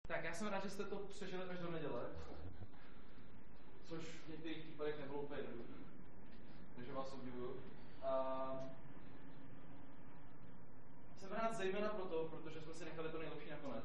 Tak já jsem rád, že jste to přežili až do neděle, což v některých případech nebylo úplně jednoduché, takže vás obdivuju. Jsem rád zejména proto, protože jsme si nechali to nejlepší nakonec.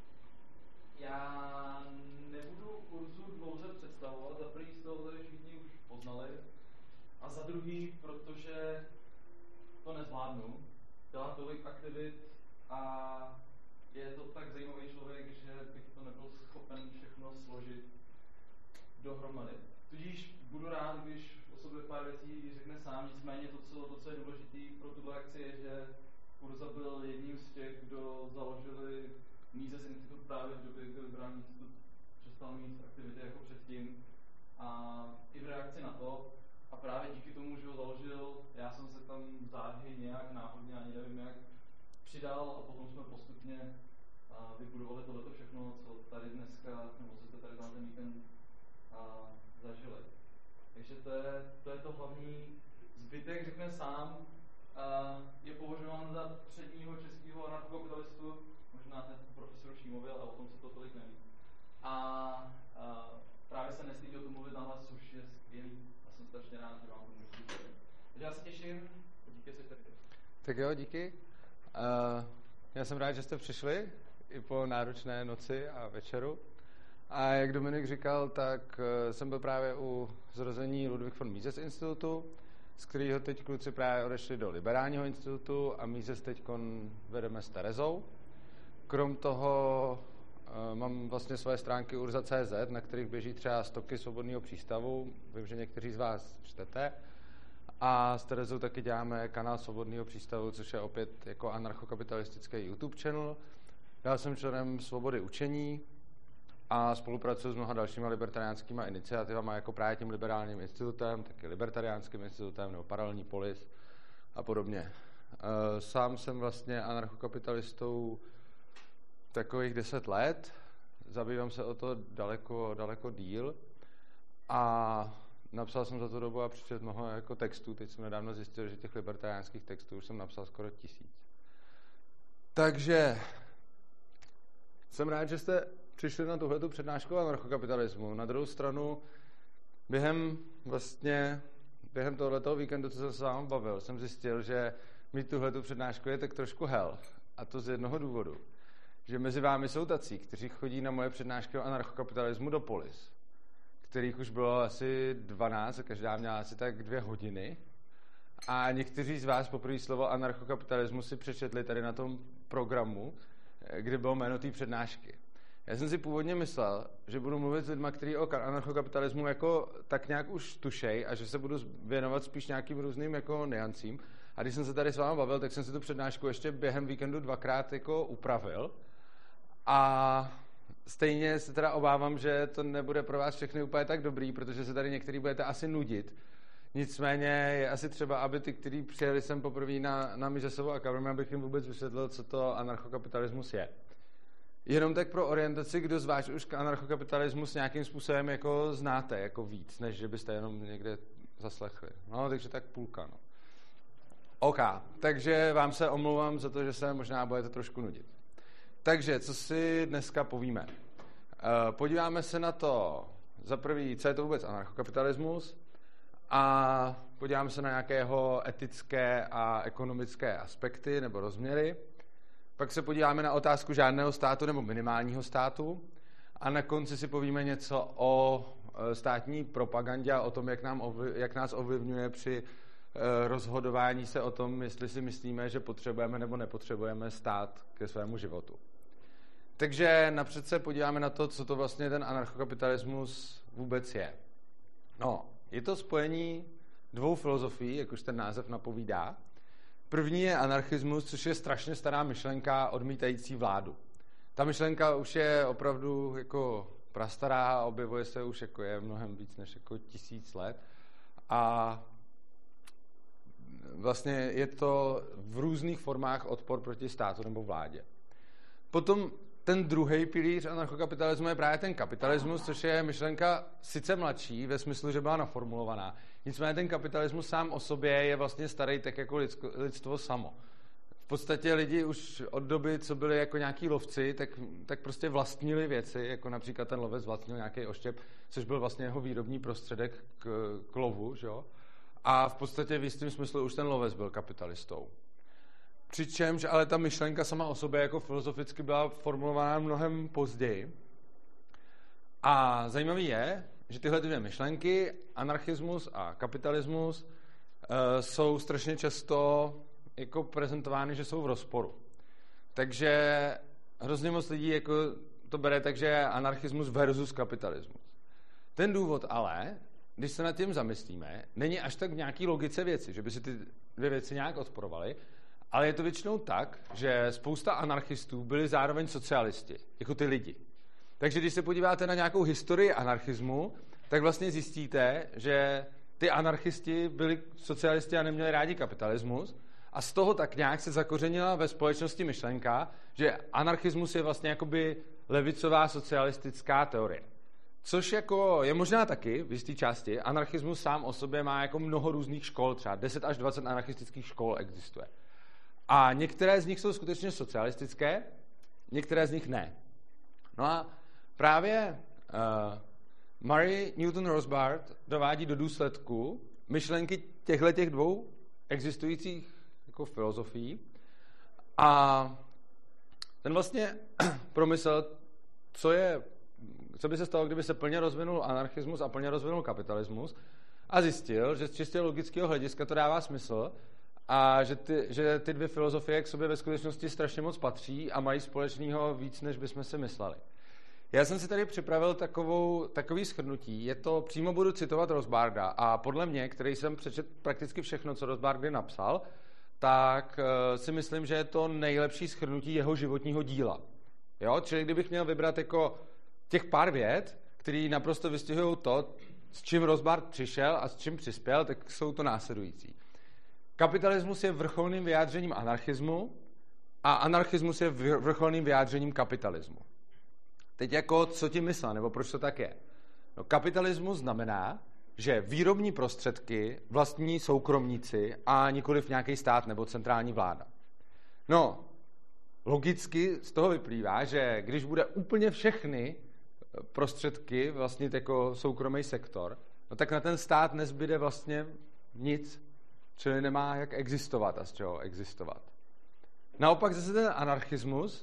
Já nebudu kurzu dlouze představovat, za první z toho tady všichni už poznali, a za druhý, protože to nezvládnu. Dělá tolik aktivit a je to tak zajímavý člověk, že bych to nebyl schopen všechno složit dohromady. Tudíž budu rád, když o sobě pár věcí řekne sám, nicméně to, co je důležité pro tuto akci, je, že Urza byl jedním z těch, kdo založili Mises Institut právě v době, kdy Liberální institut přestal mít aktivity jako předtím. A i v reakci na to, a právě díky tomu, že ho založil, já jsem se tam záhy nějak náhodně, ani nevím jak, přidal a potom jsme postupně vybudovali tohleto všechno, co tady dneska, nebo co jste tady na ten víkend zažili. Takže to je to hlavní. Zbytek řekne sám, je považován za předního českého anarchokapitalistu, možná ten profesor už jí mluvil, ale o tom se to tolik neví. A právě se nestydí o tom mluvit nahlas, což je skvělý a jsem strašně rád, že vám to můžu říct. Takže já se těším, díky si tady. Tak jo, díky. Já jsem rád, že jste přišli i po náročné noci a večeru. A jak Dominik říkal, tak jsem byl právě u zrození Ludwig von Mises institutu, z kterého teď kluci právě odešli do Liberálního institutu a Mises teď vedeme s Terezou. Krom toho mám vlastně svoje stránky urza.cz, na kterých běží třeba stoky Svobodného přístavu. Vím, že někteří z vás čtete. A s Terezou taky děláme kanál Svobodného přístavu, což je opět jako anarchokapitalistický YouTube channel. Já jsem členem Svobody učení a spolupracuji s mnoha dalšíma libertariánskými iniciativami, jako právě tím Liberálním institutem, taky Libertariánským institutem nebo Paralelní polis a podobně. Sám jsem vlastně anarchokapitalistou takových 10 let, zabývám se o to daleko díl a napsal jsem za tu dobu a přečetl mnoho jako textů. Teď jsem nedávno zjistil, že těch libertariánských textů už jsem napsal skoro 1000. Takže jsem rád, že jste přišli na tuhletu přednášku o anarchokapitalismu. Na druhou stranu, během tohletoho víkendu, co jsem se s vámi bavil, jsem zjistil, že mít tuhletu přednášku je tak trošku hell. A to z jednoho důvodu, že mezi vámi jsou tací, kteří chodí na moje přednášky o anarchokapitalismu do Polis, kterých už bylo asi 12 a každá měla asi tak 2 hodiny. A někteří z vás poprvé slovo anarchokapitalismus si přečetli tady na tom programu, kde bylo jméno té přednášky. Já jsem si původně myslel, že budu mluvit s lidmi, kteří o anarchokapitalismu jako tak nějak už tušej a že se budu věnovat spíš nějakým různým jako niancím. A když jsem se tady s vámi bavil, tak jsem si tu přednášku ještě během víkendu 2krát jako upravil. A stejně se teda obávám, že to nebude pro vás všechny úplně tak dobrý, protože se tady některý budete asi nudit. Nicméně je asi třeba, aby ty, kteří přijeli sem poprvé na Misesovou akademii, abych jim vůbec vysvětlil, co to anarchokapitalismus je. Jenom tak pro orientaci, kdo z vás už anarchokapitalismus nějakým způsobem jako znáte, jako víc, než že byste jenom někde zaslechli. No, takže tak půlka, no. OK, takže vám se omlouvám za to, že se možná budete trošku nudit. Takže, co si dneska povíme? Podíváme se na to, za prvý, co je to vůbec anarchokapitalismus a podíváme se na nějakého etické a ekonomické aspekty nebo rozměry. Pak se podíváme na otázku žádného státu nebo minimálního státu a na konci si povíme něco o státní propagandě a o tom, jak nás ovlivňuje při rozhodování se o tom, jestli si myslíme, že potřebujeme nebo nepotřebujeme stát ke svému životu. Takže napřed se podíváme na to, co to vlastně ten anarchokapitalismus vůbec je. No, je to spojení 2 filozofií, jak už ten název napovídá. První je anarchismus, což je strašně stará myšlenka odmítající vládu. Ta myšlenka už je opravdu jako prastará, objevuje se už jako je mnohem víc než jako 1000 let a vlastně je to v různých formách odpor proti státu nebo vládě. Potom ten druhý pilíř anarchokapitalismu je právě ten kapitalismus, což je myšlenka sice mladší, ve smyslu, že byla naformulovaná. Nicméně ten kapitalismus sám o sobě je vlastně starý tak jako lidstvo samo. V podstatě lidi už od doby, co byli jako nějaký lovci, tak prostě vlastnili věci, jako například ten lovec vlastnil nějaký oštěp, což byl vlastně jeho výrobní prostředek k lovu, že jo? A v podstatě v jistém smyslu už ten lovec byl kapitalistou. Přičemž ale ta myšlenka sama o sobě jako filozoficky byla formulovaná mnohem později. A zajímavý je, že tyhle dvě myšlenky, anarchismus a kapitalismus, jsou strašně často jako prezentovány, že jsou v rozporu. Takže hrozně moc lidí jako to bere tak, že je anarchismus versus kapitalismus. Ten důvod ale, když se nad tím zamyslíme, není až tak v nějaký logice věci, že by si ty dvě věci nějak odporovaly, ale je to většinou tak, že spousta anarchistů byli zároveň socialisti, jako ty lidi. Takže když se podíváte na nějakou historii anarchismu, tak vlastně zjistíte, že ty anarchisti byli socialisti a neměli rádi kapitalismus a z toho tak nějak se zakořenila ve společnosti myšlenka, že anarchismus je vlastně jakoby levicová socialistická teorie. Což jako je možná taky v jisté části. Anarchismus sám o sobě má jako mnoho různých škol, třeba 10 až 20 anarchistických škol existuje. A některé z nich jsou skutečně socialistické, některé z nich ne. No a právě Murray Newton Rothbard dovádí do důsledku myšlenky těchto dvou existujících jako filozofií a ten vlastně promyslel, co by se stalo, kdyby se plně rozvinul anarchismus a plně rozvinul kapitalismus a zjistil, že z čistě logického hlediska to dává smysl a že ty dvě filozofie k sobě ve skutečnosti strašně moc patří a mají společného víc, než bychom si mysleli. Já jsem si tady připravil takový shrnutí. Přímo budu citovat Rothbarda a podle mě, který jsem přečetl prakticky všechno, co Rothbard kdy napsal, tak si myslím, že je to nejlepší shrnutí jeho životního díla. Jo? Čili kdybych měl vybrat jako těch pár vět, který naprosto vystihují to, s čím Rothbard přišel a s čím přispěl, tak jsou to následující. Kapitalismus je vrcholným vyjádřením anarchismu a anarchismus je vrcholným vyjádřením kapitalismu. Teď jako, co tím myslel, nebo proč to tak je? No, kapitalismus znamená, že výrobní prostředky vlastní soukromníci a nikoliv nějaký stát nebo centrální vláda. No, logicky z toho vyplývá, že když bude úplně všechny prostředky vlastnit jako soukromý sektor, no tak na ten stát nezbyde vlastně nic, čili nemá jak existovat a z čeho existovat. Naopak zase ten anarchismus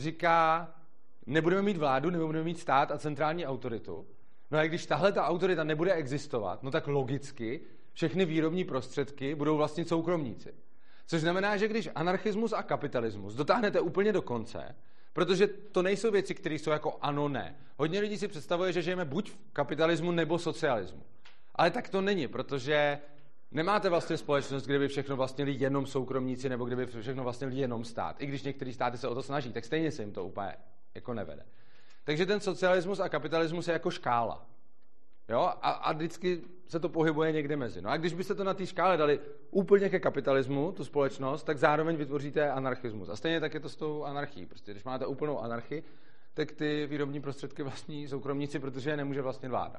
říká, nebudeme mít vládu, nebudeme mít stát a centrální autoritu. No a když tahle ta autorita nebude existovat, no tak logicky všechny výrobní prostředky budou vlastnit soukromníci. Což znamená, že když anarchismus a kapitalismus dotáhnete úplně do konce, protože to nejsou věci, které jsou jako ano, ne. Hodně lidí si představuje, že žijeme buď v kapitalismu nebo socialismu. Ale tak to není, protože nemáte vlastně společnost, kde by všechno vlastnili jenom soukromníci nebo kde by všechno vlastnili jenom stát. I když některé státy se o to snaží, tak stejně se jim to úplně jako nevede. Takže ten socialismus a kapitalismus je jako škála. Jo? A vždycky se to pohybuje někde mezi. No a když byste to na té škále dali úplně ke kapitalismu, tu společnost, tak zároveň vytvoříte anarchismus. A stejně tak je to s tou anarchií. Prostě když máte úplnou anarchii, tak ty výrobní prostředky vlastní soukromníci, protože je nemůže vlastnit vláda.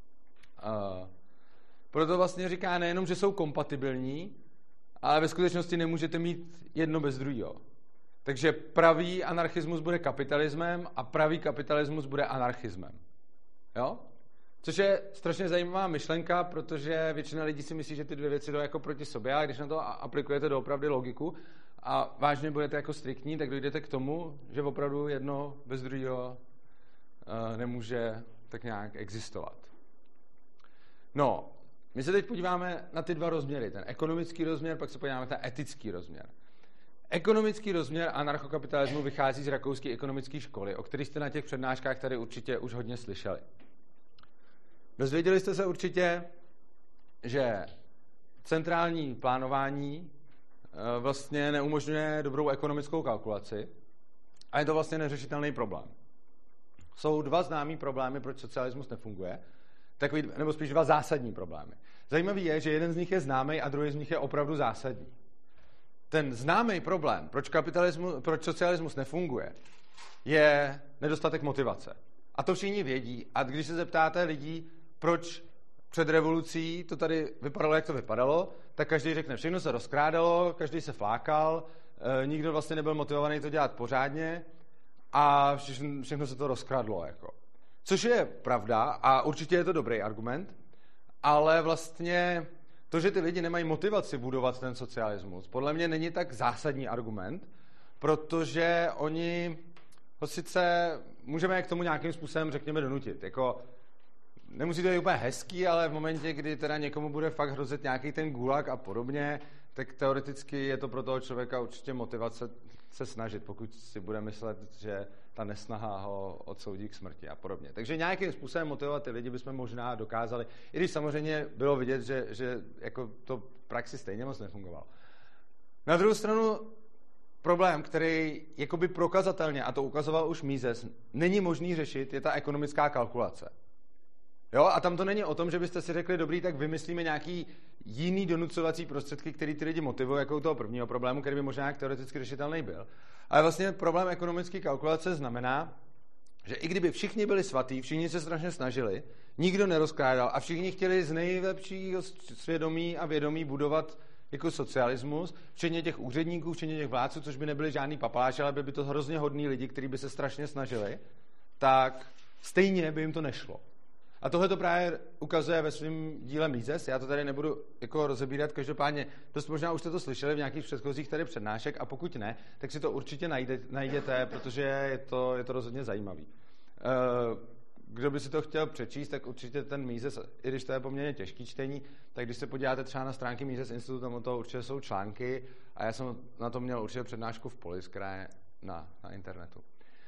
Proto vlastně říká nejenom, že jsou kompatibilní, ale ve skutečnosti nemůžete mít jedno bez druhého. Takže pravý anarchismus bude kapitalismem a pravý kapitalismus bude anarchismem. Jo? Což je strašně zajímavá myšlenka, protože většina lidí si myslí, že ty dvě věci jdou jako proti sobě, a když na to aplikujete doopravdy logiku a vážně budete jako striktní, tak dojdete k tomu, že opravdu jedno bez druhého nemůže tak nějak existovat. No, my se teď podíváme na ty dva rozměry, ten ekonomický rozměr, pak se podíváme na ten etický rozměr. Ekonomický rozměr anarchokapitalismu vychází z rakouské ekonomické školy, o kterých jste na těch přednáškách tady určitě už hodně slyšeli. Dozvěděli jste se určitě, že centrální plánování vlastně neumožňuje dobrou ekonomickou kalkulaci a je to vlastně neřešitelný problém. Jsou dva známý problémy, proč socialismus nefunguje, nebo spíš dva zásadní problémy. Zajímavý je, že jeden z nich je známý a druhý z nich je opravdu zásadní. Ten známý problém, proč socialismus nefunguje, je nedostatek motivace. A to všichni vědí. A když se zeptáte lidí, proč před revolucí to tady vypadalo, jak to vypadalo, tak každý řekne, všechno se rozkrádalo, každý se flákal, nikdo vlastně nebyl motivovaný to dělat pořádně a všechno se to rozkradlo. Jako. Což je pravda a určitě je to dobrý argument, ale vlastně to, že ty lidi nemají motivaci budovat ten socialismus, podle mě není tak zásadní argument, protože oni ho sice můžeme k tomu nějakým způsobem, řekněme, donutit. Jako, nemusí to být úplně hezký, ale v momentě, kdy teda někomu bude fakt hrozit nějaký ten gulag a podobně, tak teoreticky je to pro toho člověka určitě motivace se snažit, pokud si bude myslet, že ta nesnaha ho odsoudí k smrti a podobně. Takže nějakým způsobem motivovat ty lidi bychom možná dokázali, i když samozřejmě bylo vidět, že jako to v praxi stejně moc nefungovalo. Na druhou stranu problém, který jakoby prokazatelně, a to ukazoval už Mises, není možný řešit, je ta ekonomická kalkulace. Jo? A tam to není o tom, že byste si řekli, dobrý, tak vymyslíme nějaký jiný donucovací prostředky, který ty lidi motivují, jako u toho prvního problému, který by možná nějak teoreticky řešitelný byl. Ale vlastně problém ekonomické kalkulace znamená, že i kdyby všichni byli svatí, všichni se strašně snažili, nikdo nerozkrádal a všichni chtěli z nejlepšího svědomí a vědomí budovat jako socialismus, včetně těch úředníků, včetně těch vládců, což by nebyli žádný papaláši, ale by to hrozně hodní lidi, kteří by se strašně snažili, tak stejně by jim to nešlo. A tohle to právě ukazuje ve svém díle Mises. Já to tady nebudu jako rozebírat, každopádně dost možná už jste to slyšeli v nějakých předchozích tady přednášek a pokud ne, tak si to určitě najděte, protože je to rozhodně zajímavý. Kdo by si to chtěl přečíst, tak určitě ten Mises, i když to je poměrně těžký čtení, tak když se podíváte třeba na stránky Mises Institutu, tam o toho určitě jsou články a já jsem na to měl určitě přednášku v Polis, která je na internetu.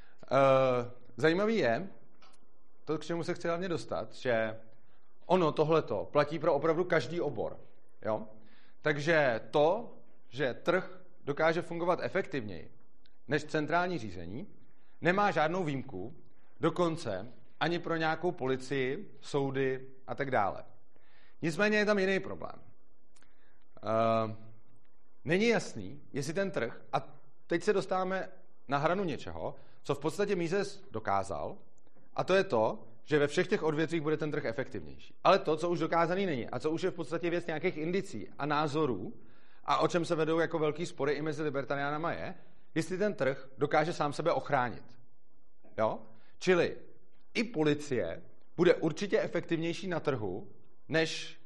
Zajímavý je, to, k čemu se chci hlavně dostat, že ono, tohleto, platí pro opravdu každý obor. Jo? Takže to, že trh dokáže fungovat efektivněji než centrální řízení, nemá žádnou výjimku, dokonce ani pro nějakou policii, soudy a tak dále. Nicméně je tam jiný problém. Není jasný, jestli ten trh, a teď se dostáváme na hranu něčeho, co v podstatě Mises dokázal, a to je to, že ve všech těch odvětvích bude ten trh efektivnější. Ale to, co už dokázaný není a co už je v podstatě věc nějakých indicí a názorů a o čem se vedou jako velký spory i mezi libertariánama je, jestli ten trh dokáže sám sebe ochránit. Jo? Čili i policie bude určitě efektivnější na trhu, než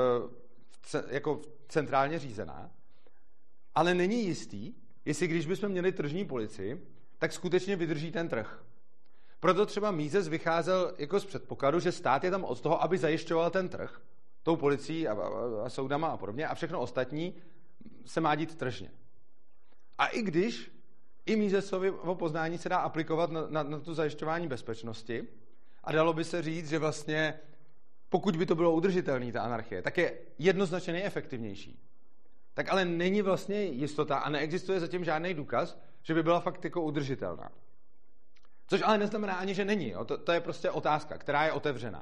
jako centrálně řízená, ale není jistý, jestli když bychom měli tržní policii, tak skutečně vydrží ten trh. Proto třeba Mises vycházel jako z předpokladu, že stát je tam od toho, aby zajišťoval ten trh tou policií a soudama a podobně a všechno ostatní se má dít tržně. A i když i Misesovo poznání se dá aplikovat na to zajišťování bezpečnosti a dalo by se říct, že vlastně pokud by to bylo udržitelné, ta anarchie, tak je jednoznačně nejefektivnější. Tak ale není vlastně jistota a neexistuje zatím žádný důkaz, že by byla fakt jako udržitelná. Což ale neznamená ani, že není. Jo? To je prostě otázka, která je otevřená.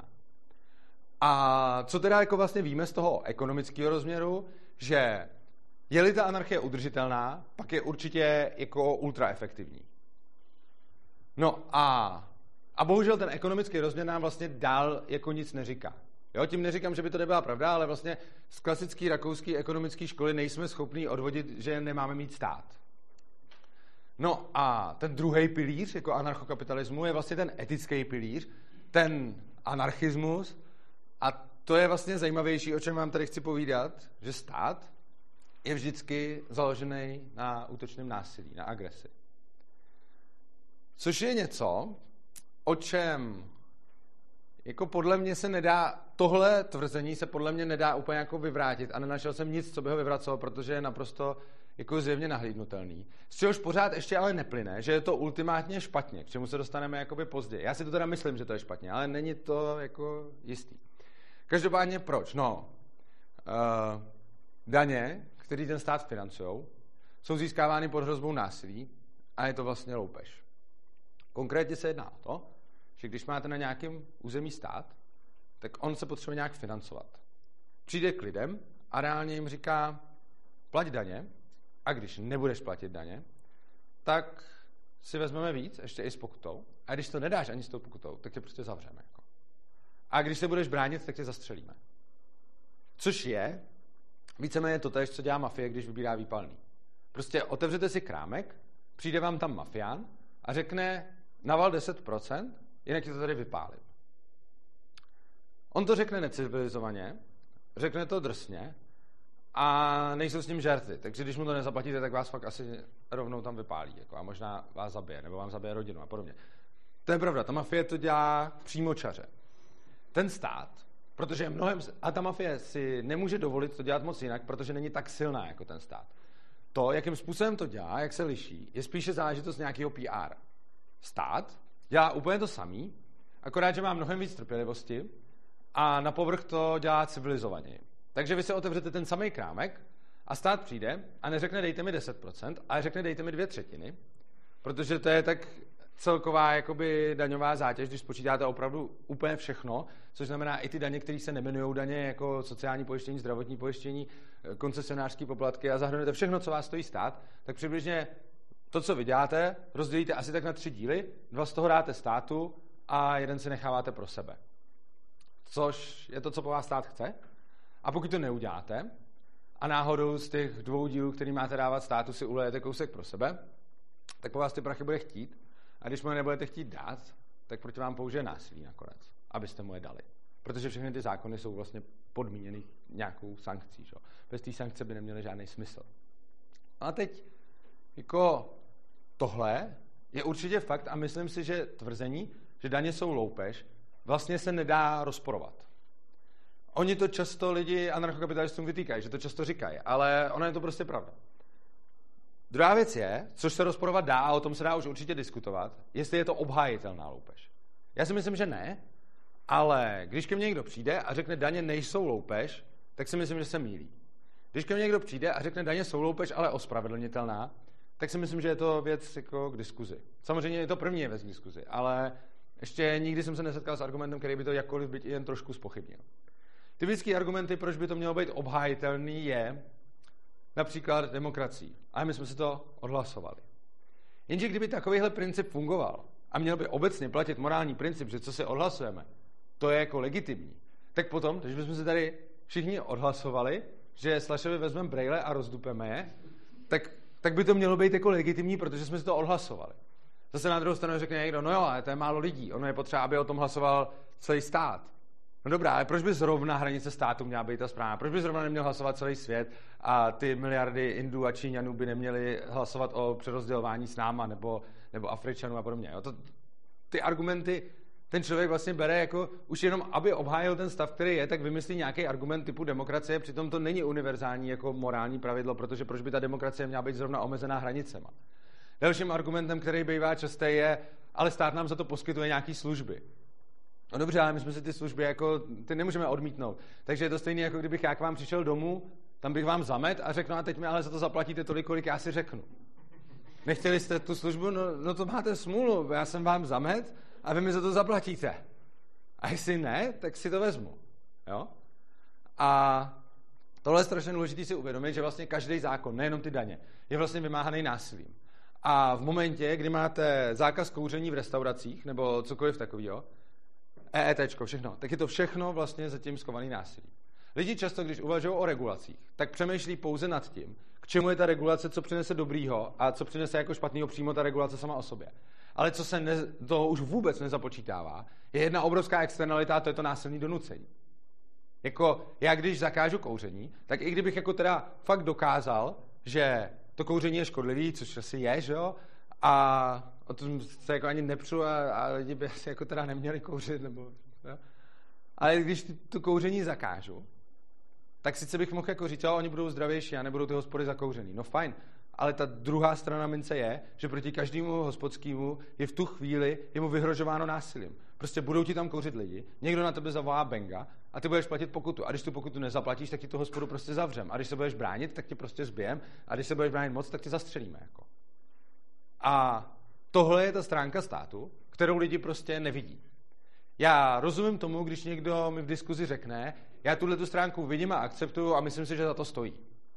A co teda jako vlastně víme z toho ekonomického rozměru, že je-li ta anarchie udržitelná, pak je určitě jako ultraefektivní. No a bohužel ten ekonomický rozměr nám vlastně dál jako nic neříká. Jo? Tím neříkám, že by to nebyla pravda, ale vlastně z klasické rakouské ekonomické školy nejsme schopní odvodit, že nemáme mít stát. No a ten druhý pilíř jako anarchokapitalismu je vlastně ten etický pilíř, ten anarchismus a to je vlastně zajímavější, o čem vám tady chci povídat, že stát je vždycky založený na útočném násilí, na agresi. Což je něco, o čem jako podle mě se nedá, tohle tvrzení se podle mě nedá úplně jako vyvrátit a nenašel jsem nic, co by ho vyvracelo, protože je naprosto jako zjevně nahlídnutelný. Z čehož pořád ještě ale neplyne, že je to ultimátně špatně, k čemu se dostaneme jakoby později. Já si to teda myslím, že to je špatně, ale není to jako jistý. Každopádně proč? No, daně, které ten stát financujou, jsou získávány pod hrozbou násilí a je to vlastně loupež. Konkrétně se jedná o to, že když máte na nějakém území stát, tak on se potřebuje nějak financovat. Přijde k lidem a reálně jim říká, plať daně, a když nebudeš platit daně, tak si vezmeme víc, ještě i s pokutou, a když to nedáš ani s tou pokutou, tak tě prostě zavřeme. Jako. a když se budeš bránit, tak tě zastřelíme. Což je víceméně totéž, co dělá mafie, když vybírá výpalný. Prostě otevřete si krámek, přijde vám tam mafián a řekne naval 10%, jinak ti to tady vypálím. On to řekne necivilizovaně, řekne to drsně a nejsou s ním žerty. Takže když mu to nezaplatíte, tak vás fakt asi rovnou tam vypálí. Jako, a možná vás zabije, nebo vám zabije rodinu a podobně. To je pravda, ta mafie to dělá přímočaře. Ten stát, protože je mnohem... A ta mafie si nemůže dovolit to dělat moc jinak, protože není tak silná jako ten stát. To, jakým způsobem to dělá, jak se liší, je spíše záležitost nějakého PR. Stát dělá úplně to samý, akorát, že má mnohem víc trpělivosti a na povrch to dělá civilizovaněji. Takže vy se otevřete ten samý krámek a stát přijde a neřekne dejte mi 10%, ale řekne dejte mi 2/3, protože to je tak celková jakoby daňová zátěž, když spočítáte opravdu úplně všechno, což znamená i ty daně, které se nemenujou daně, jako sociální pojištění, zdravotní pojištění, koncesionářské poplatky a zahrnujete všechno, co vás stojí stát, tak přibližně to, co vy děláte, rozdělíte asi tak na 3 díly, 2 z toho dáte státu a 1 si necháváte pro sebe. Což je to, co po vás stát chce. A pokud to neuděláte a náhodou z těch 2 dílů, který máte dávat státu, si ulejete kousek pro sebe, tak po vás ty prachy bude chtít. A když mu je nebudete chtít dát, tak proti vám použije násilí nakonec, abyste mu je dali. Protože všechny ty zákony jsou vlastně podmíněny nějakou sankcí. Že? Bez té sankce by neměly žádný smysl. A teď jako tohle je určitě fakt a myslím si, že tvrzení, že daně jsou loupež, vlastně se nedá rozporovat. Oni to často lidi anarchokapitalistům vytýkají, že to často říkají, ale ono je to prostě pravda. Druhá věc je, což se rozporovat dá, a o tom se dá už určitě diskutovat, jestli je to obhájitelná loupež. Já si myslím, že ne, ale když ke mně někdo přijde a řekne daně nejsou loupež, tak si myslím, že se mýlí. Když ke mně někdo přijde a řekne daně jsou loupež, ale ospravedlnitelná, tak si myslím, že je to věc jako k diskuzi. Samozřejmě je to první věc k diskuzi, ale ještě nikdy jsem se nesetkal s argumentem, který by to jakkoliv být jen trošku zpochybnil. Typické argumenty, proč by to mělo být obhájitelný, je například demokracií. A my jsme si to odhlasovali. Jenže kdyby takovýhle princip fungoval a měl by obecně platit morální princip, že co si odhlasujeme, to je jako legitimní, tak potom, když bychom si tady všichni odhlasovali, že Slashovi vezmeme brejle a rozdupeme je, tak by to mělo být jako legitimní, protože jsme si to odhlasovali. Zase na druhou stranu řekne někdo, no jo, ale to je málo lidí, ono je potřeba, aby o tom hlasoval celý stát. No dobrá, ale proč by zrovna hranice státu měla být ta správná? Proč by zrovna neměl hlasovat celý svět a ty miliardy Indů a Číňanů by neměli hlasovat o přerozdělování s náma nebo Afričanů a podobně? Jo? Ty argumenty ten člověk vlastně bere jako už jenom, aby obhájil ten stav, který je, tak vymyslí nějaký argument typu demokracie, přitom to není univerzální jako morální pravidlo, protože proč by ta demokracie měla být zrovna omezená hranicema. Dalším argumentem, který bývá častý, je, ale stát nám za to poskytuje nějaký služby. No dobře, ale my jsme si ty služby jako, ty nemůžeme odmítnout. Takže je to stejné, jako kdybych já k vám přišel domů, tam bych vám zamet a řekl, no a teď mi ale za to zaplatíte tolik, kolik já si řeknu. Nechtěli jste tu službu? No to máte smůlu, já jsem vám zamet a vy mi za to zaplatíte. A jestli ne, tak si to vezmu. Jo? A tohle je strašně důležité si uvědomit, že vlastně každý zákon, nejenom ty daně, je vlastně vymáhaný násilím. A v momentě, kdy máte zákaz kouření v restauracích nebo cokoliv takového, EETčko, všechno, tak je to všechno vlastně zatím skovaný násilí. Lidi často, když uvažují o regulacích, tak přemýšlí pouze nad tím, k čemu je ta regulace, co přinese dobrýho a co přinese jako špatného přímo ta regulace sama o sobě. Ale co se toho už vůbec nezapočítává, je jedna obrovská externalita, a to je to násilné donucení. Jako já, když zakážu kouření, tak i kdybych jako teda fakt dokázal, že to kouření je škodlivý, což asi je, že jo, a o tom se jako ani nepřu a lidi by asi jako teda neměli kouřit, nebo, jo. Ale když to kouření zakážu, tak sice bych mohl jako říct, že oni budou zdravější a nebudou ty hospody zakouřený. No fajn, ale ta druhá strana mince je, že proti každému hospodskému je v tu chvíli jemu vyhrožováno násilím. Prostě budou ti tam kouřit lidi, někdo na tebe zavolá benga a ty budeš platit pokutu. A když tu pokutu nezaplatíš, tak ti tu hospodu prostě zavřem. A když se budeš bránit, tak tě prostě zbijem. A když se budeš bránit moc, tak tě zastřelíme. Jako. A tohle je ta stránka státu, kterou lidi prostě nevidí. Já rozumím tomu, když někdo mi v diskuzi řekne, já tuhle stránku vidím a akceptuju a myslím si, že za to stojí.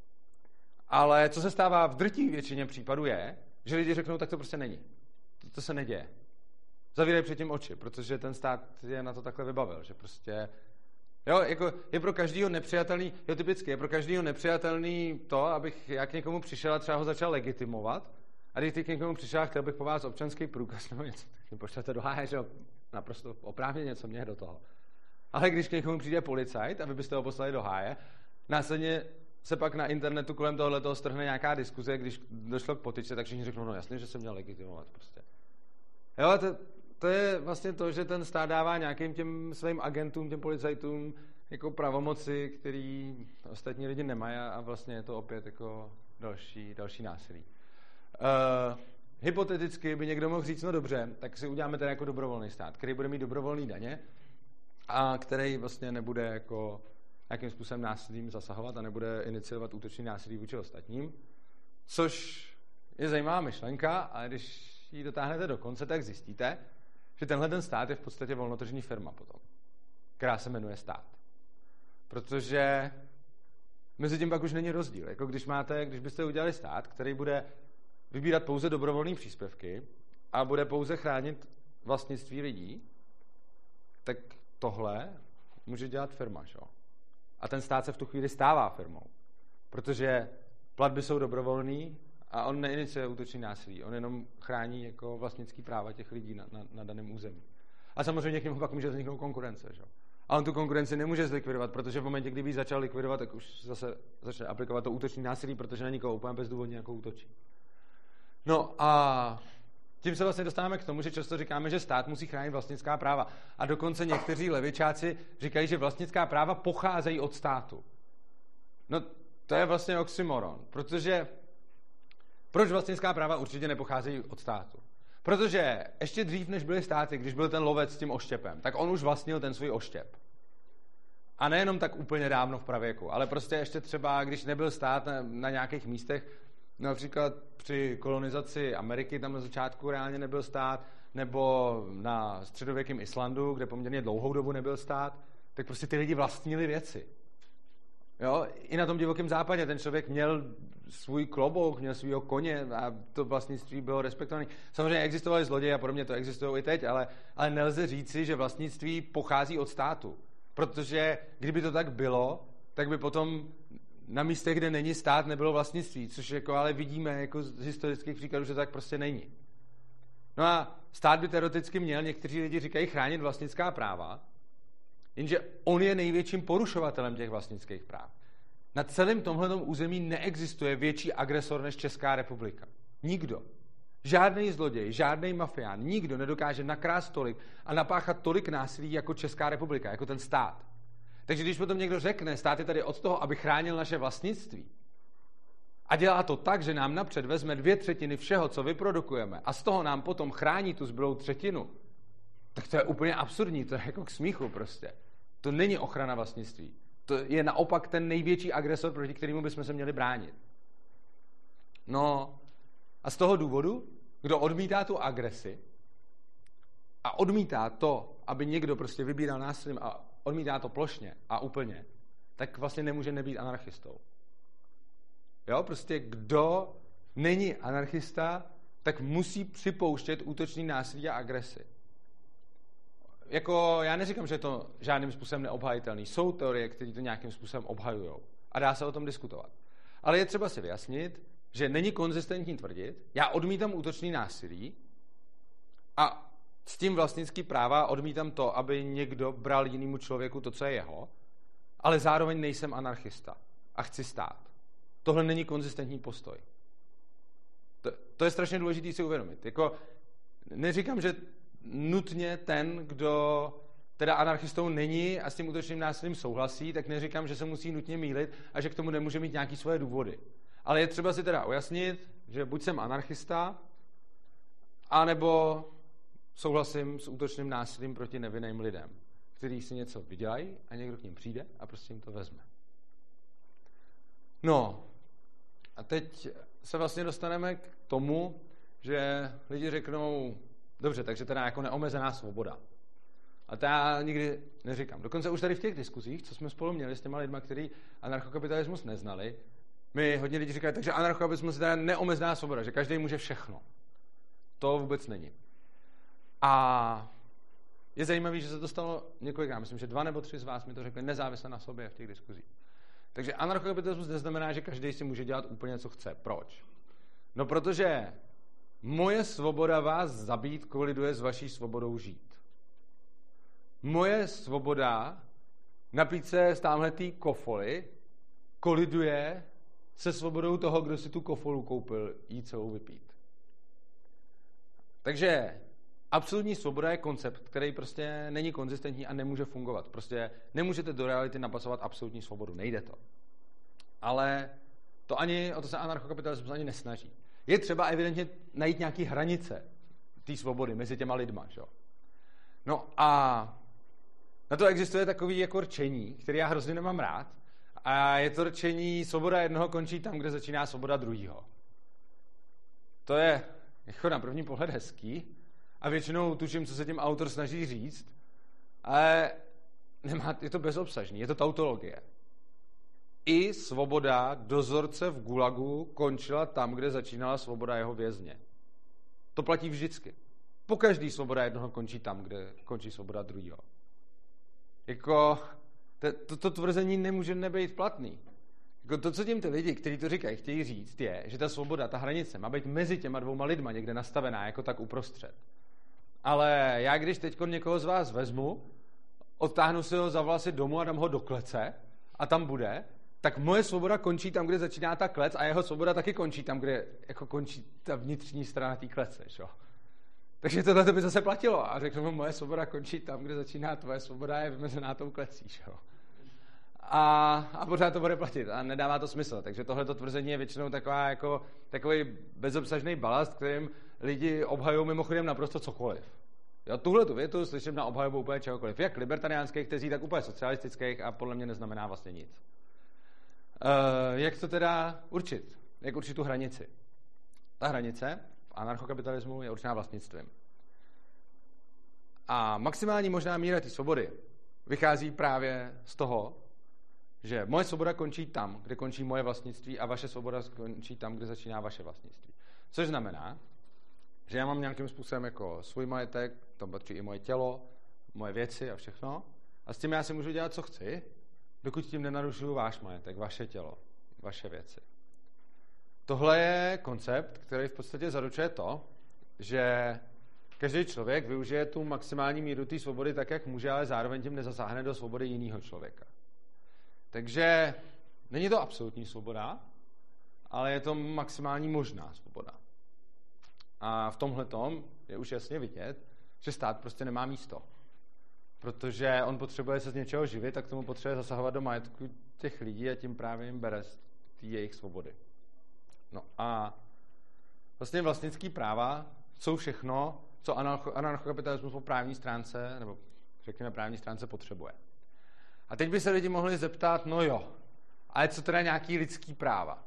Ale co se stává v drtivé většině případů je, že lidi řeknou, tak to prostě není. To se neděje. zavírají před tím oči, protože ten stát je na to takhle vybavil, že prostě jo, jako je pro každýho nepřijatelný, jo, typicky, je pro každýho nepřijatelný to, abych já k někomu přišel a třeba ho začal legitimovat, a když ty k někomu přišel a chtěl bych po vás občanský průkaz nebo něco, tak mi pošlete do háje, že jo, naprosto oprávně něco mě do toho. Ale když k někomu přijde policajt a vy byste ho poslali do háje, následně se pak na internetu kolem tohoto strhne nějaká diskuze, když došlo k potyčce, tak všichni řeknou, no jasně, že se měl legitimovat prostě. Jo, to je vlastně to, že ten stát dává nějakým těm svým agentům, těm policajtům jako pravomoci, který ostatní lidi nemají a vlastně je to opět jako další násilí. Hypoteticky by někdo mohl říct, no dobře, tak si uděláme teda jako dobrovolný stát, který bude mít dobrovolný daně a který vlastně nebude jako nějakým způsobem násilím zasahovat a nebude iniciovat útočný násilí vůči ostatním, což je zajímavá myšlenka, ale když ji dotáhnete do konce, tak zjistíte, že tenhle ten stát je v podstatě volnotržní firma potom, která se jmenuje stát. Protože mezi tím pak už není rozdíl. Jako když byste udělali stát, který bude vybírat pouze dobrovolné příspěvky a bude pouze chránit vlastnictví lidí, tak tohle může dělat firma, že? A ten stát se v tu chvíli stává firmou, protože platby jsou dobrovolný a on neiniciuje útočný násilí, on jenom chrání jako vlastnický práva těch lidí na daném území. A samozřejmě k němu pak může vzniknout konkurence, že? A on tu konkurenci nemůže zlikvidovat, protože v momentě, kdyby ji začal likvidovat, tak už zase začne aplikovat to útočný násilí, protože na nikoho úplně bezdůvodně jako útočí. No a tím se vlastně dostáváme k tomu, že často říkáme, že stát musí chránit vlastnická práva. A dokonce někteří levičáci říkají, že vlastnická práva pocházejí od státu. No to je vlastně oxymoron, protože proč vlastnická práva určitě nepocházejí od státu? Protože ještě dřív, než byly státy, když byl ten lovec s tím oštěpem, tak on už vlastnil ten svůj oštěp. A nejenom tak úplně dávno v pravěku, ale prostě ještě třeba, když nebyl stát na nějakých místech, například při kolonizaci Ameriky tam na začátku reálně nebyl stát, nebo na středověkém Islandu, kde poměrně dlouhou dobu nebyl stát, tak prostě ty lidi vlastnili věci. Jo? I na tom divokém západě ten člověk měl svůj klobouk, měl svýho koně a to vlastnictví bylo respektované. Samozřejmě existovali zloději a podobně, to existují i teď, ale nelze říci, že vlastnictví pochází od státu. Protože kdyby to tak bylo, tak by potom na místech, kde není stát, nebylo vlastnictví, což jako ale vidíme jako z historických příkladů, že to tak prostě není. No a stát by teoreticky měl, někteří lidi říkají, chránit vlastnická práva, jenže on je největším porušovatelem těch vlastnických práv. Na celém tomhletom území neexistuje větší agresor než Česká republika. Nikdo. Žádný zloděj, žádný mafián, nikdo nedokáže nakrást tolik a napáchat tolik násilí jako Česká republika, jako ten stát. Takže když potom někdo řekne, stát je tady od toho, aby chránil naše vlastnictví a dělá to tak, že nám napřed vezme 2/3 všeho, co vyprodukujeme a z toho nám potom chrání tu zbylou 1/3, tak to je úplně absurdní, to je jako k smíchu prostě. To není ochrana vlastnictví. To je naopak ten největší agresor, proti kterému bychom se měli bránit. No a z toho důvodu, kdo odmítá tu agresi a odmítá to, aby někdo prostě vybíral násilím a odmítá to plošně a úplně, tak vlastně nemůže nebýt anarchistou. Jo, prostě kdo není anarchista, tak musí připouštět útočný násilí a agresi. Jako, já neříkám, že je to žádným způsobem neobhajitelný. Jsou teorie, které to nějakým způsobem obhajují. A dá se o tom diskutovat. Ale je třeba si vyjasnit, že není konzistentní tvrdit, já odmítám útočný násilí a s tím vlastnický práva odmítám to, aby někdo bral jinému člověku to, co je jeho, ale zároveň nejsem anarchista a chci stát. Tohle není konzistentní postoj. To je strašně důležité si uvědomit. Jako, neříkám, že nutně ten, kdo teda anarchistou není a s tím útočným násilím souhlasí, tak neříkám, že se musí nutně mýlit a že k tomu nemůže mít nějaké svoje důvody. Ale je třeba si teda ujasnit, že buď jsem anarchista, anebo souhlasím s útočným násilím proti nevinným lidem, kteří si něco vydělají a někdo k ním přijde a prostě jim to vezme. No, a teď se vlastně dostaneme k tomu, že lidi řeknou, dobře, takže teda jako neomezená svoboda. A to já nikdy neříkám. Dokonce už tady v těch diskuzích, co jsme spolu měli s těma lidma, kteří anarchokapitalismus neznali, mi hodně lidí říkají, takže anarchokapitalismus je teda neomezená svoboda, že každý může všechno. To vůbec není. A je zajímavé, že se to stalo několikrát. Myslím, že 2 nebo 3 z vás mi to řekli nezávisle na sobě v těch diskuzích. Takže anarchokapitalismus neznamená, že každý si může dělat úplně, co chce. Proč? No, protože moje svoboda vás zabít koliduje s vaší svobodou žít. Moje svoboda napít se z támhletý kofoly koliduje se svobodou toho, kdo si tu kofolu koupil, jí celou vypít. Takže absolutní svoboda je koncept, který prostě není konzistentní a nemůže fungovat. Prostě nemůžete do reality napasovat absolutní svobodu. Nejde to. Ale o to se anarchokapitalismus ani nesnaží. Je třeba evidentně najít nějaké hranice té svobody mezi těma lidma. Že? No a na to existuje takový jako rčení, který já hrozně nemám rád. A je to rčení svoboda jednoho končí tam, kde začíná svoboda druhého. To je jako na první pohled hezký a většinou tuším, co se tím autor snaží říct, ale je to bezobsažný, je to tautologie. I svoboda dozorce v gulagu končila tam, kde začínala svoboda jeho vězně. To platí vždycky. Pokaždý svoboda jednoho končí tam, kde končí svoboda druhého. Jako to tvrzení nemůže nebejt platný. Jako to, co tím ty lidi, kteří to říkají, chtějí říct, je, že ta svoboda, ta hranice má být mezi těma 2 lidma někde nastavená, jako tak uprostřed. Ale já, když teď někoho z vás vezmu, odtáhnu si ho za vlasy domů a dám ho do klece a tam bude, tak moje svoboda končí tam, kde začíná ta klec a jeho svoboda taky končí tam, kde jako končí ta vnitřní strana té klece. Šo? Takže tohle by zase platilo a řeknu mu, moje svoboda končí tam, kde začíná tvoje svoboda, je vymezená tou klecí. Šo? A pořád to bude platit a nedává to smysl. Takže tohleto tvrzení je většinou takový bezobsažný balast, kterým lidi obhajují mimochodem naprosto cokoliv. Já tuhletu větu slyším na obhajobu úplně čehokoliv. Jak libertariánských tezí, tak úplně socialistických a podle mě neznamená vlastně nic. Jak to teda určit? Jak určit tu hranici? Ta hranice v anarchokapitalismu je určená vlastnictvím. A maximální možná míra té svobody vychází právě z toho, že moje svoboda končí tam, kde končí moje vlastnictví a vaše svoboda končí tam, kde začíná vaše vlastnictví. Což znamená, že já mám nějakým způsobem jako svůj majetek, tam patří i moje tělo, moje věci a všechno. A s tím já si můžu dělat, co chci, dokud tím nenarušuju váš majetek, vaše tělo, vaše věci. Tohle je koncept, který v podstatě zaručuje to, že každý člověk využije tu maximální míru té svobody tak, jak může, ale zároveň tím nezasáhne do svobody jiného člověka. Takže není to absolutní svoboda, ale je to maximální možná svoboda. A v tomhletom je už jasně vidět, že stát prostě nemá místo. Protože on potřebuje se z něčeho živit, tak tomu potřebuje zasahovat do majetku těch lidí a tím právě jim bere z jejich svobody. No a vlastně vlastnický práva jsou všechno, co anarchokapitalismus po právní stránce, nebo řekněme právní stránce potřebuje. A teď by se lidi mohli zeptat, no jo, ale co teda nějaký lidský práva?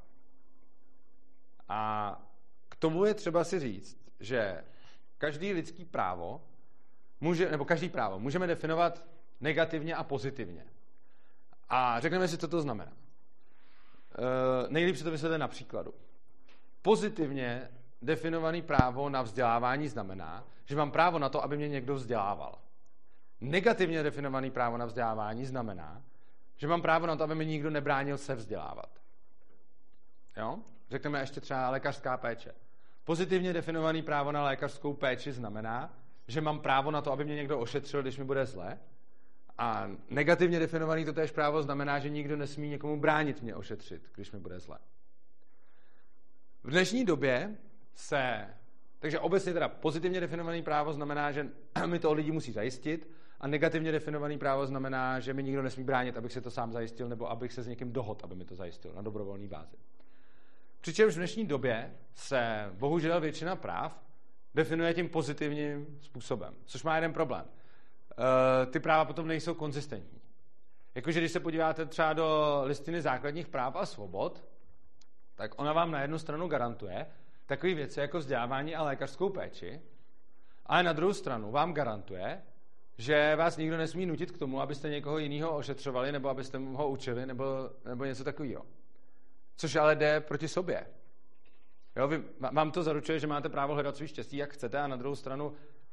A k tomu je třeba si říct, že každý lidský právo každý právo můžeme definovat negativně a pozitivně. A řekneme si, co to znamená. Nejlíp si to vysvětlit na příkladu. Pozitivně definovaný právo na vzdělávání znamená, že mám právo na to, aby mě někdo vzdělával. Negativně definovaný právo na vzdělávání znamená, že mám právo na to, aby mi nikdo nebránil se vzdělávat. Jo? Řekneme ještě třeba lékařská péče. Pozitivně definovaný právo na lékařskou péči znamená, že mám právo na to, aby mě někdo ošetřil, když mi bude zle. A negativně definovaný totéž právo znamená, že nikdo nesmí někomu bránit mě ošetřit, když mi bude zle. V dnešní době takže obecně teda pozitivně definovaný právo znamená, že mi to lidi musí zajistit, a negativně definovaný právo znamená, že mi nikdo nesmí bránit, abych se to sám zajistil, nebo abych se s někým dohodl, aby mi to zajistil na dobrovolné bázi. Přičemž v dnešní době se bohužel většina práv definuje tím pozitivním způsobem, což má jeden problém. Ty práva potom nejsou konzistentní. Jakože když se podíváte třeba do listiny základních práv a svobod, tak ona vám na jednu stranu garantuje takové věci jako vzdělávání a lékařskou péči, ale na druhou stranu vám garantuje, že vás nikdo nesmí nutit k tomu, abyste někoho jiného ošetřovali, nebo abyste ho učili, nebo něco takového. Což ale jde proti sobě. Jo, vám to zaručuje, že máte právo hledat svý štěstí, jak chcete, a na druhou stranu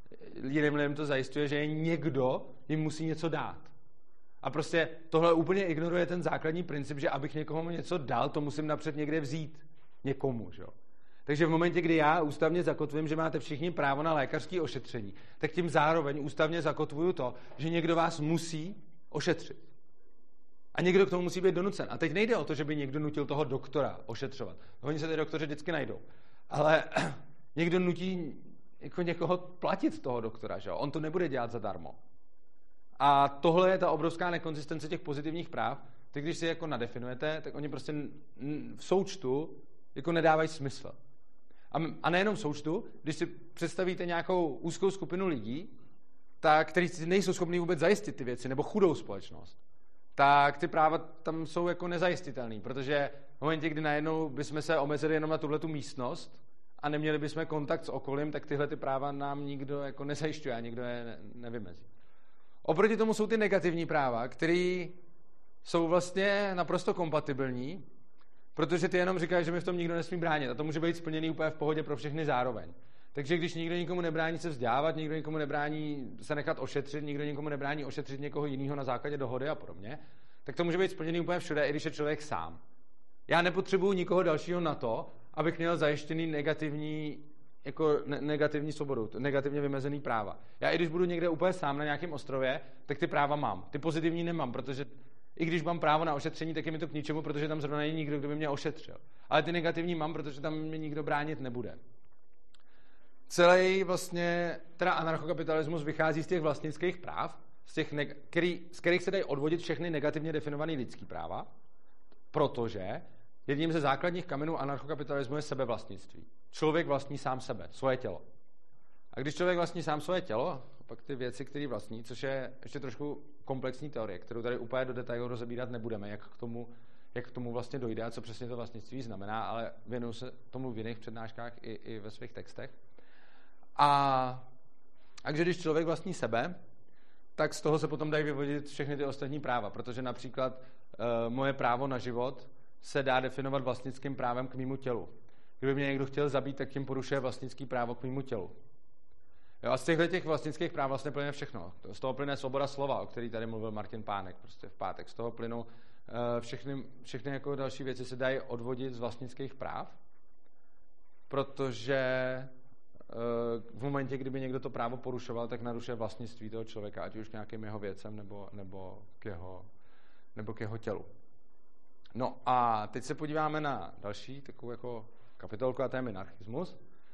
jiným lidem to zajišťuje, že někdo jim musí něco dát. A prostě tohle úplně ignoruje ten základní princip, že abych někomu něco dal, to musím napřed někde vzít někomu. Že? Takže v momentě, kdy já ústavně zakotvím, že máte všichni právo na lékařské ošetření, tak tím zároveň ústavně zakotvuju to, že někdo vás musí ošetřit. A někdo k tomu musí být donucen. A teď nejde o to, že by někdo nutil toho doktora ošetřovat. Oni se ty doktoři vždycky najdou. Ale někdo nutí jako někoho platit toho doktora. Že? On to nebude dělat zadarmo. A tohle je ta obrovská nekonzistence těch pozitivních práv. Ty, když si jako nadefinujete, tak oni prostě v součtu jako nedávají smysl. A nejenom v součtu, když si představíte nějakou úzkou skupinu lidí, tak, kteří nejsou schopni vůbec zajistit ty věci, nebo chudou společnost, tak ty práva tam jsou jako nezajistitelný, protože v momentě, kdy najednou bychom se omezili jenom na tuhletu místnost a neměli bychom kontakt s okolím, tak tyhle ty práva nám nikdo jako nezajišťuje a nikdo je nevymezí. Oproti tomu jsou ty negativní práva, které jsou vlastně naprosto kompatibilní, protože ty jenom říkají, že mi v tom nikdo nesmí bránit a to může být splněný úplně v pohodě pro všechny zároveň. Takže když nikdo nikomu nebrání se vzdělávat, nikdo nikomu nebrání se nechat ošetřit, nikdo nikomu nebrání ošetřit někoho jiného na základě dohody a podobně, tak to může být splněný úplně všude, i když je člověk sám. Já nepotřebuju nikoho dalšího na to, abych měl zajištěný negativní svobodu, negativně vymezený práva. Já i když budu někde úplně sám na nějakém ostrově, tak ty práva mám. Ty pozitivní nemám, protože i když mám právo na ošetření, tak je mi to k ničemu, protože tam zrovna není nikdo, kdo by mě ošetřil. Ale ty negativní mám, protože tam mě nikdo bránit nebude. Celý vlastně teda anarchokapitalismus vychází z těch vlastnických práv, z kterých se dají odvodit všechny negativně definované lidský práva, protože jedním ze základních kamenů anarchokapitalismu je sebevlastnictví. Člověk vlastní sám sebe, svoje tělo. A když člověk vlastní sám svoje tělo, pak ty věci, které vlastní, což je ještě trošku komplexní teorie, kterou tady úplně do detailu rozebírat nebudeme, jak k tomu vlastně dojde a co přesně to vlastnictví znamená, ale věnuju se tomu v jiných přednáškách i ve svých textech. A když člověk vlastní sebe, tak z toho se potom dají vyvodit všechny ty ostatní práva, protože například moje právo na život se dá definovat vlastnickým právem k mému tělu. Kdyby mě někdo chtěl zabít, tak tím porušuje vlastnický právo k mému tělu. Jo, a z těch vlastnických práv vlastně plyne všechno. Z toho plyne svoboda slova, o který tady mluvil Martin Pánek prostě v pátek. Z toho plynou všechny jako další věci se dají odvodit z vlastnických práv, protože v momentě, kdyby někdo to právo porušoval, tak narušuje vlastnictví toho člověka, ať už k nějakým jeho věcem nebo k jeho tělu. No a teď se podíváme na další takovou jako kapitolku, a to je minarchismus.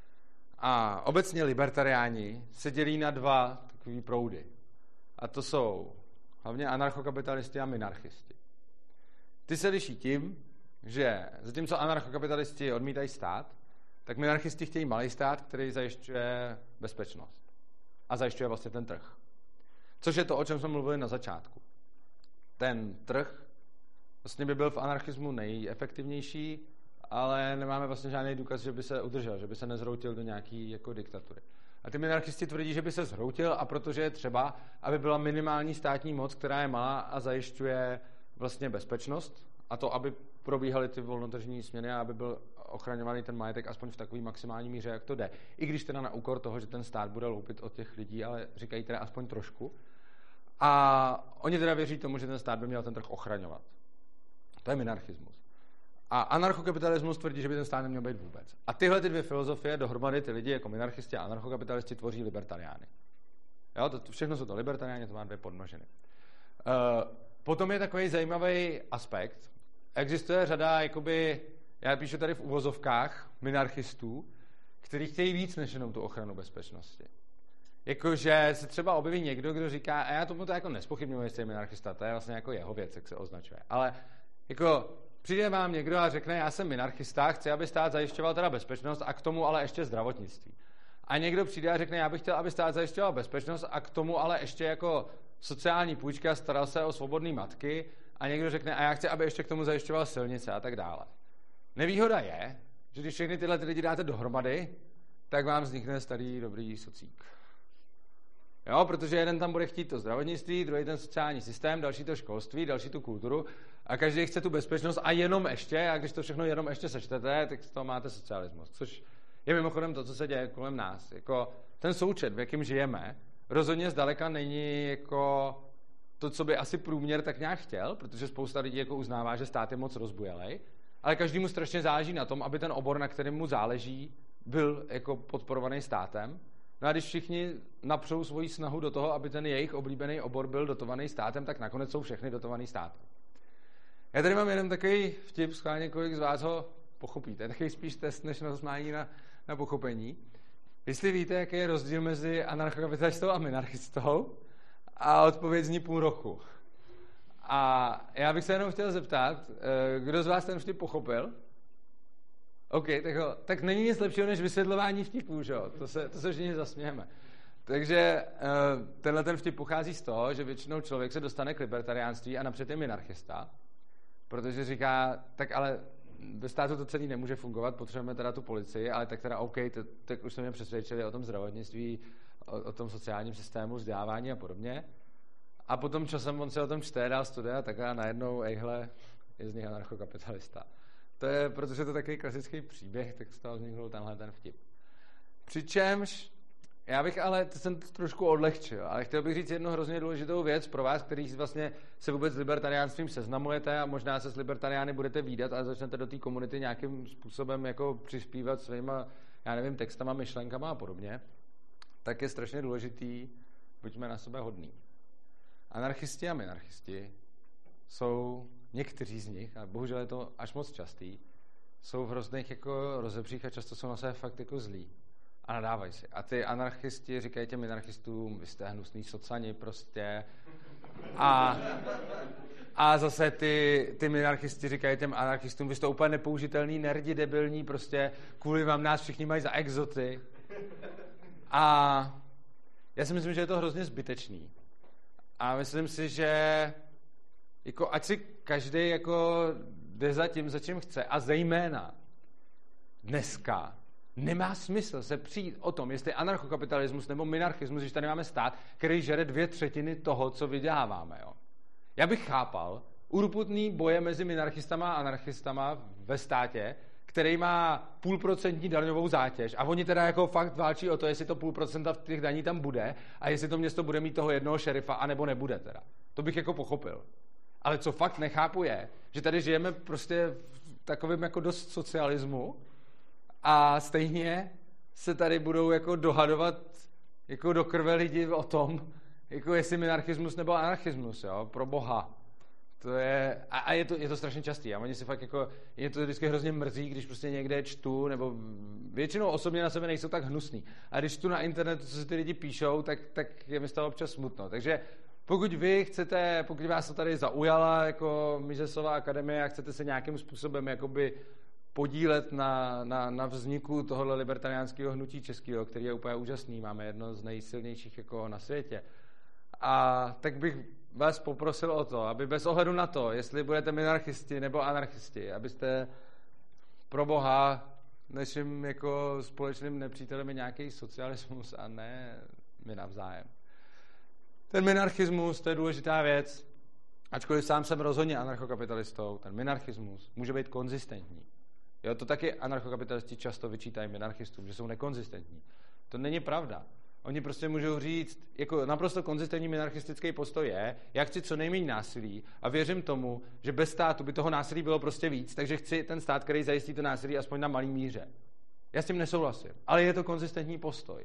A obecně libertariáni se dělí na dva takový proudy. A to jsou hlavně anarchokapitalisti a minarchisti. Ty se liší tím, že zatímco anarchokapitalisti odmítají stát, tak minarchisti chtějí malý stát, který zajišťuje bezpečnost. A zajišťuje vlastně ten trh. Což je to, o čem jsme mluvili na začátku. Ten trh vlastně by byl v anarchismu nejefektivnější, ale nemáme vlastně žádný důkaz, že by se udržel, že by se nezhroutil do nějaký jako diktatury. A ty minarchisti tvrdí, že by se zhroutil, a protože je třeba, aby byla minimální státní moc, která je malá a zajišťuje vlastně bezpečnost, a to, aby probíhaly ty volnotržní směny a aby byl ochraňovaný ten majetek aspoň v takové maximální míře, jak to jde. I když teda na úkor toho, že ten stát bude loupit od těch lidí, ale říkají teda aspoň trošku. A oni teda věří tomu, že ten stát by měl ten trh ochraňovat. To je minarchismus. A anarchokapitalismus tvrdí, že by ten stát neměl být vůbec. A tyhle ty dvě filozofie dohromady, ty lidi jako minarchisti a anarchokapitalisti, tvoří libertariány. Jo, to všechno jsou to libertariáni, to má dvě podmnožiny. Potom je takový zajímavý aspekt. Existuje řada, jakoby, já píšu tady v uvozovkách, minarchistů, kteří chtějí víc než jenom tu ochranu bezpečnosti. Jakože se třeba objeví někdo, kdo říká, a já tomu to jako nespochybňuji, jestli je minarchista, to je vlastně jako jeho věc, jak se označuje. Ale jako přijde vám někdo a řekne, já jsem minarchista, chci, aby stát zajišťoval teda bezpečnost a k tomu ale ještě zdravotnictví. A někdo přijde a řekne, já bych chtěl, aby stát zajišťoval bezpečnost a k tomu ale ještě jako sociální půjčka, staral se o svobodné matky, a někdo řekne, a já chci, aby ještě k tomu zajišťoval silnice a tak dále. Nevýhoda je, že když všechny tyhle lidi dáte dohromady, tak vám vznikne starý dobrý socík. Jo, protože jeden tam bude chtít to zdravotnictví, druhý ten sociální systém, další to školství, další tu kulturu a každý chce tu bezpečnost a jenom ještě, a když to všechno jenom ještě sečtete, tak z toho máte socialismus, což je mimochodem to, co se děje kolem nás. Jako ten součet, v jakém žijeme, rozhodně zdaleka není jako to, co by asi průměr tak nějak chtěl, protože spousta lidí jako uznává, že stát je moc rozbujelej, ale každému strašně záleží na tom, aby ten obor, na kterém mu záleží, byl jako podporovaný státem. No a když všichni napřou svoji snahu do toho, aby ten jejich oblíbený obor byl dotovaný státem, tak nakonec jsou všechny dotovaný státem. Já tady mám jeden takový vtip, schválně kolik z vás ho pochopíte. Takový spíš test, než rozmání na pochopení. Jestli víte, jaký je rozdíl mezi anarchokapitalistou a minarchistou, a odpověď zní půl roku. A já bych se jenom chtěl zeptat, kdo z vás ten vtip pochopil? OK, tak není nic lepšího než vysvětlování vtipů, že jo? To se všichni zasmějeme. Takže tenhle ten vtip pochází z toho, že většinou člověk se dostane k libertariánství a napřed je minarchista, protože říká, tak ale ve státu to celý nemůže fungovat, potřebujeme teda tu policii, ale tak teda OK, tak už jsme mě přesvědčili o tom zdravotnictví, o tom sociálním systému, vzdělávání a podobně. A potom časem on se o tom čte, dál studia, tak a najednou, ejhle, je z nich anarchokapitalista. To je, protože to je takový klasický příběh, tak z toho vzniknul tenhle ten vtip. Přičemž, já bych ale, to jsem trošku odlehčil, ale chtěl bych říct jednu hrozně důležitou věc pro vás, který vlastně se vůbec s libertariánstvím seznamujete a možná se s libertariány budete vídat a začnete do té komunity nějakým způsobem jako přispívat svýma, já nevím, textama, myšlenkama a podobně, tak je strašně důležitý, buďme na sebe hodný. Anarchisti a minarchisti jsou, někteří z nich, a bohužel je to až moc častý, jsou v hrozných jako rozebřích a často jsou na sebe fakt jako zlí. A nadávají si. A ty anarchisti říkají těm minarchistům, vy jste hnusný socani prostě. A zase ty minarchisti říkají těm anarchistům, vy jste úplně nepoužitelný, nerdi, debilní, prostě kvůli vám nás všichni mají za exoty. A já si myslím, že je to hrozně zbytečný. A myslím si, že jako ať si každý jako jde za tím, za čím chce. A zejména dneska nemá smysl se přijít o tom, jestli anarchokapitalismus nebo minarchismus, když tady máme stát, který žere 2/3 toho, co vyděláváme. Jo. Já bych chápal urputný boje mezi minarchistama a anarchistama ve státě, který má 0,5% daňovou zátěž a oni teda jako fakt válčí o to, jestli to 0,5% v těch daní tam bude a jestli to město bude mít toho jednoho šerifa, anebo nebude teda. To bych jako pochopil. Ale co fakt nechápu je, že tady žijeme prostě v takovém jako dost socialismu a stejně se tady budou jako dohadovat jako do krve lidi o tom, jako jestli minarchismus nebo anarchismus, jo, pro boha. To je, a je to strašně častý. A oni si fakt jako, je to vždycky hrozně mrzí, když prostě někde čtu, nebo většinou osobně na sebe nejsou tak hnusný. A když čtu na internetu, co si ty lidi píšou, tak je mi z toho občas smutno. Takže pokud vás to tady zaujala jako Misesova akademie a chcete se nějakým způsobem jakoby podílet na vzniku tohohle libertariánského hnutí českého, který je úplně úžasný, máme jedno z nejsilnějších jako na světě. A tak bych vás poprosil o to, aby bez ohledu na to, jestli budete minarchisti nebo anarchisti, abyste pro boha naším jako společným nepřítelem je nějaký socialismus a ne my navzájem. Ten minarchismus, to je důležitá věc, ačkoliv sám jsem rozhodně anarchokapitalistou, ten minarchismus může být konzistentní. Jo, to taky anarchokapitalisti často vyčítají minarchistům, že jsou nekonzistentní. To není pravda. Oni prostě můžou říct, jako naprosto konzistentní minarchistický postoj je, já chci co nejméně násilí a věřím tomu, že bez státu by toho násilí bylo prostě víc, takže chci ten stát, který zajistí to násilí aspoň na malý míře. Já s tím nesouhlasím, ale je to konzistentní postoj.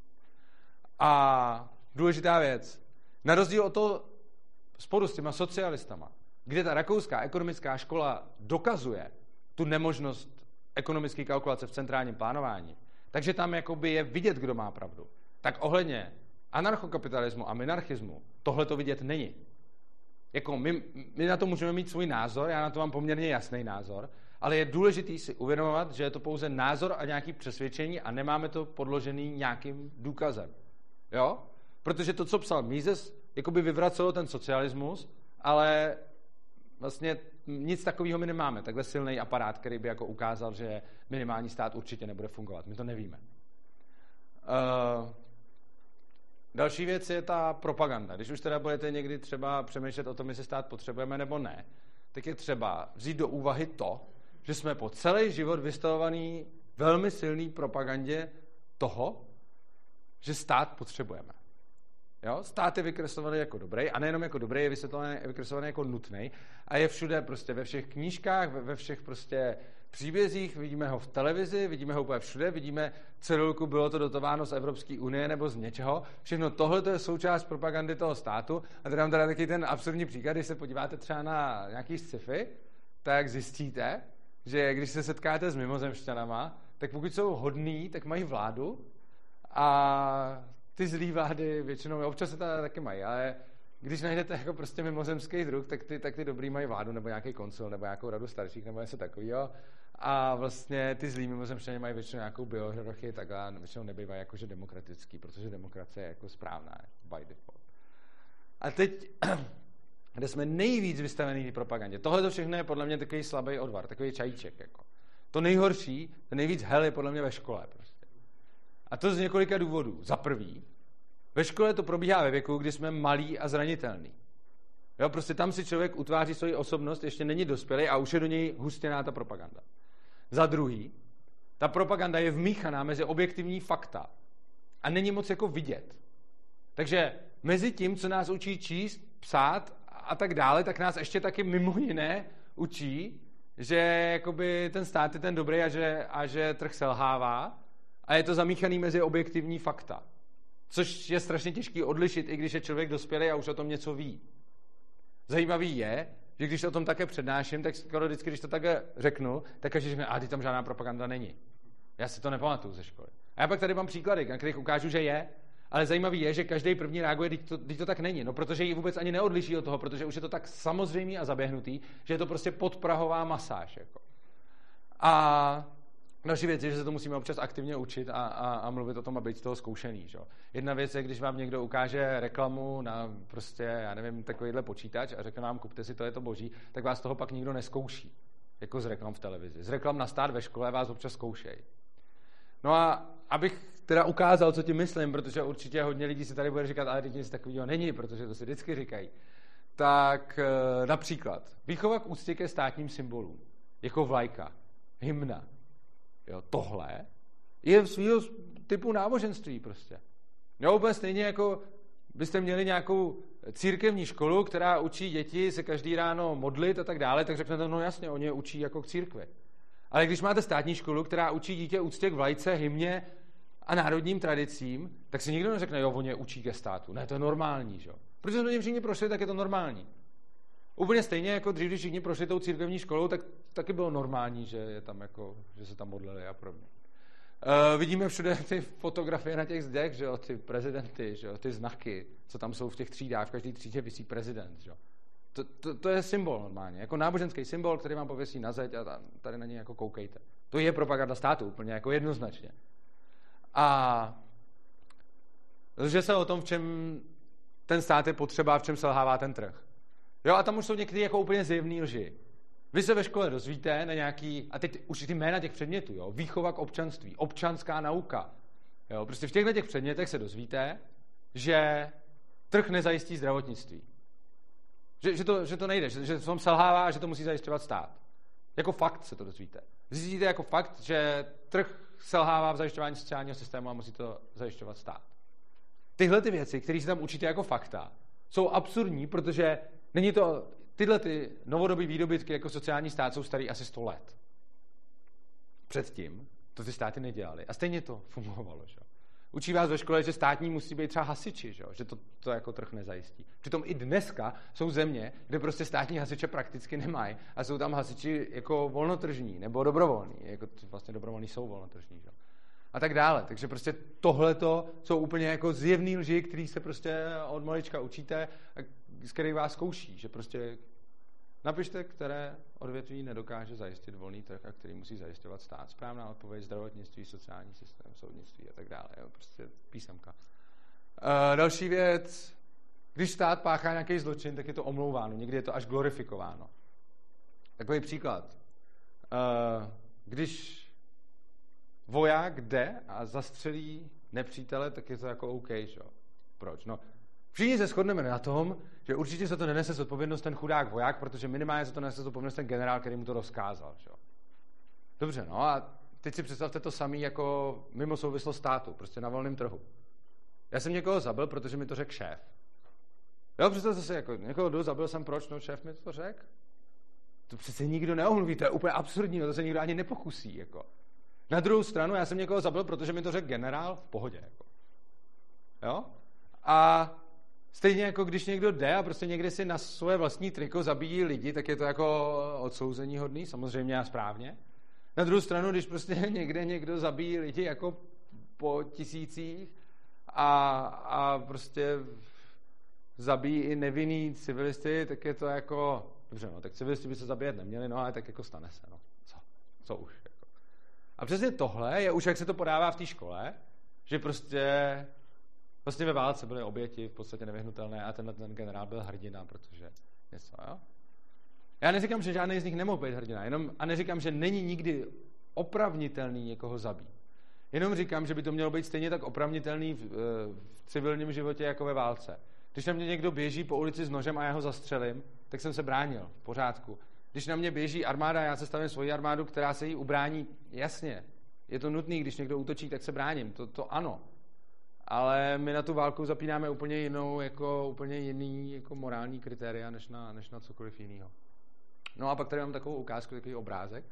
A důležitá věc, na rozdíl od toho sporu s těma socialistama, kde ta rakouská ekonomická škola dokazuje tu nemožnost ekonomické kalkulace v centrálním plánování, takže tam jakoby je vidět, kdo má pravdu. Tak ohledně anarchokapitalismu a minarchismu tohle to vidět není. Jako my na to můžeme mít svůj názor, já na to mám poměrně jasný názor, ale je důležitý si uvědomovat, že je to pouze názor a nějaký přesvědčení a nemáme to podložený nějakým důkazem. Jo? Protože to, co psal Mises, jakoby vyvracelo ten socialismus, ale vlastně nic takového my nemáme. Takhle silný aparát, který by jako ukázal, že minimální stát určitě nebude fungovat. My to nevíme. Další věc je ta propaganda. Když už teda budete někdy třeba přemýšlet o tom, jestli stát potřebujeme nebo ne, tak je třeba vzít do úvahy to, že jsme po celý život vystavovaný velmi silný propagandě toho, že stát potřebujeme. Jo? Stát je vykreslovaný jako dobrý a nejenom jako dobrý, je vykreslovaný jako nutný a je všude prostě ve všech knížkách, ve všech prostě příbězích, vidíme ho v televizi, vidíme ho úplně všude, vidíme cedulku, bylo to dotováno z Evropské unie nebo z něčeho. Všechno tohle to je součást propagandy toho státu a tady mám teda taky ten absurdní příklad, když se podíváte třeba na nějaký sci-fi, tak zjistíte, že když se setkáte s mimozemšťanama, tak pokud jsou hodní, tak mají vládu a ty zlý vlády většinou, občas se tady taky mají, ale když najdete jako prostě mimozemský druh, tak ty dobrý mají vládu nebo nějaký koncil nebo nějakou radu starších nebo něco takového. A vlastně ty zlý mimozemšťané mají většinou nějakou biohierarchii takhle, většinou nebývají jakože demokratický, protože demokracie je jako správná by default. A teď, kde jsme nejvíc vystavený propagandě. Tohle to všechno je podle mě takový slabý odvar, takový čajíček. Jako. To nejhorší, to nejvíc hell je podle mě ve škole. Prostě. A to z několika důvodů. Za prvý, ve škole to probíhá ve věku, kdy jsme malí a zranitelní. Jo, prostě tam si člověk utváří svoji osobnost, ještě není dospělý a už je do něj hustěná ta propaganda. Za druhý, ta propaganda je vmíchaná mezi objektivní fakta a není moc jako vidět. Takže mezi tím, co nás učí číst, psát a tak dále, tak nás ještě taky mimo jiné učí, že jakoby ten stát je ten dobrý a že trh selhává a je to zamíchaný mezi objektivní fakta. Což je strašně těžký odlišit, i když je člověk dospělý a už o tom něco ví. Zajímavý je, že když o tom také přednáším, tak skoro vždycky, když to také řeknu, tak každý řekne, a tam žádná propaganda není. Já si to nepamatuju ze školy. A já pak tady mám příklady, na kterých ukážu, že je, ale zajímavý je, že každý první reaguje, když to tak není. No, protože ji vůbec ani neodliší od toho, protože už je to tak samozřejmý a zaběhnutý, že je to prostě podprahová masáž. Jako. A další věc je, že se to musíme občas aktivně učit a mluvit o tom a být z toho zkoušený. Že? Jedna věc je, když vám někdo ukáže reklamu na prostě, já nevím, takovýhle počítač a řekne vám, kupte si to, je to boží, tak vás toho pak nikdo neskouší. Jako z reklam v televizi. Z reklam na stát ve škole vás občas zkoušejí. No a abych teda ukázal, co tím myslím, protože určitě hodně lidí si tady bude říkat, ale teď nic takového není, protože to si vždycky říkají. Tak například výchova k úctě ke státním symbolům, jako vlajka, hymna. Jo, tohle je svýho typu náboženství prostě. Jo, úplně stejně jako byste měli nějakou církevní školu, která učí děti se každý ráno modlit a tak dále, tak řeknete, no jasně, oni je učí jako k církvi. Ale když máte státní školu, která učí dítě úctě k vlajce, hymně a národním tradicím, tak si nikdo neřekne, jo, oni je učí ke státu. Ne, to je normální, že jo. Protože jsme všichni prošli, tak je to normální. Úplně stejně jako dřív, když všichni prošli tou církevní školou, tak taky bylo normální, že je tam jako, že se tam modlili a podobně. Vidíme všude ty fotografie na těch zdech, že jo, ty prezidenty, že jo, ty znaky, co tam jsou v těch třídách, v každé třídě visí prezident, že jo. To je symbol normálně, jako náboženský symbol, který vám pověsí na zeď a tady na něj jako koukejte. To je propaganda státu úplně, jako jednoznačně. A že se o tom, v čem ten stát je potřeba, v čem selhává ten trh. Jo, a tam už jsou některé jako úplně zjevný lži. Vy se ve škole dozvíte na nějaký, a teď už ty jména těch předmětů, jo, výchova k občanství, občanská nauka. Jo, prostě v těchto těch předmětech se dozvíte, že trh nezajistí zdravotnictví. Že to nejde, že to selhává a že to musí zajišťovat stát. Jako fakt se to dozvíte. Zjistíte jako fakt, že trh selhává v zajišťování sociálního systému a musí to zajišťovat stát. Tyhle ty věci, které si tam učíte jako fakta, jsou absurdní, protože není to, tyhle ty novodobé výdobytky jako sociální stát jsou starý asi 100 let. Předtím to ty státy nedělaly. A stejně to fungovalo. Že? Učí vás ve škole, že státní musí být třeba hasiči, že to jako trh nezajistí. Přitom i dneska jsou země, kde prostě státní hasiče prakticky nemají a jsou tam hasiči jako volnotržní nebo dobrovolní. Jako vlastně dobrovolní jsou volnotržní. Že? A tak dále. Takže prostě tohleto jsou úplně jako zjevný lži, který se prostě od malička učíte, z kterých vás zkouší, že prostě napište, které odvětví nedokáže zajistit volný trh a který musí zajišťovat stát. Správná odpověď, zdravotnictví, sociální systém, soudnictví a tak dále. Jo, prostě písemka. Další věc, když stát páchá nějaký zločin, tak je to omlouváno. Někdy je to až glorifikováno. Takový příklad. Když voják jde a zastřelí nepřítele, tak je to jako OK, že? Proč? No, všichni se shodneme na tom, že určitě se to nenese zodpovědnost ten chudák voják, protože minimálně se to nese zodpovědnost ten generál, který mu to rozkázal. Že? Dobře, no a teď si představte to samý jako mimo souvislost státu, prostě na volném trhu. Já jsem někoho zabil, protože mi to řekl šéf. Jo, představte si, jako někoho jdu, zabil jsem, proč? No, šéf mi to řekl. To přece nikdo neomluví, to je úplně absurdní, no, to se nikdo ani nepokusí, jako. Na druhou stranu, já jsem někoho zabil, protože mi to řekl generál, v pohodě, jako. Jo? A stejně jako když někdo jde a prostě někde si na svoje vlastní triko zabíjí lidi, tak je to jako odsouzení hodný, samozřejmě a správně. Na druhou stranu, když prostě někde někdo zabíjí lidi jako po tisících a prostě zabíjí i nevinný civilisty, tak je to jako, dobře, no, tak civilisti by se zabíjet neměli, no, ale tak jako stane se, no. Co už, jako. A přesně tohle je už, jak se to podává v té škole, že prostě vlastně ve válce byly oběti v podstatě nevyhnutelné a ten generál byl hrdina, protože něco, jo. Já neříkám, že žádný z nich nemohl být hrdina, a neříkám, že není nikdy opravnitelný někoho zabít. Jenom říkám, že by to mělo být stejně tak opravnitelný v civilním životě jako ve válce. Když na mě někdo běží po ulici s nožem a já ho zastřelím, tak jsem se bránil, v pořádku. Když na mě běží armáda a já se stavím svoji armádu, která se jí ubrání, jasně, je to nutný, když někdo útočí, tak se bráním, to ano. Ale my na tu válku zapínáme úplně jiný jako morální kritéria, než na cokoliv jiného. No a pak tady mám takovou ukázku, takový obrázek.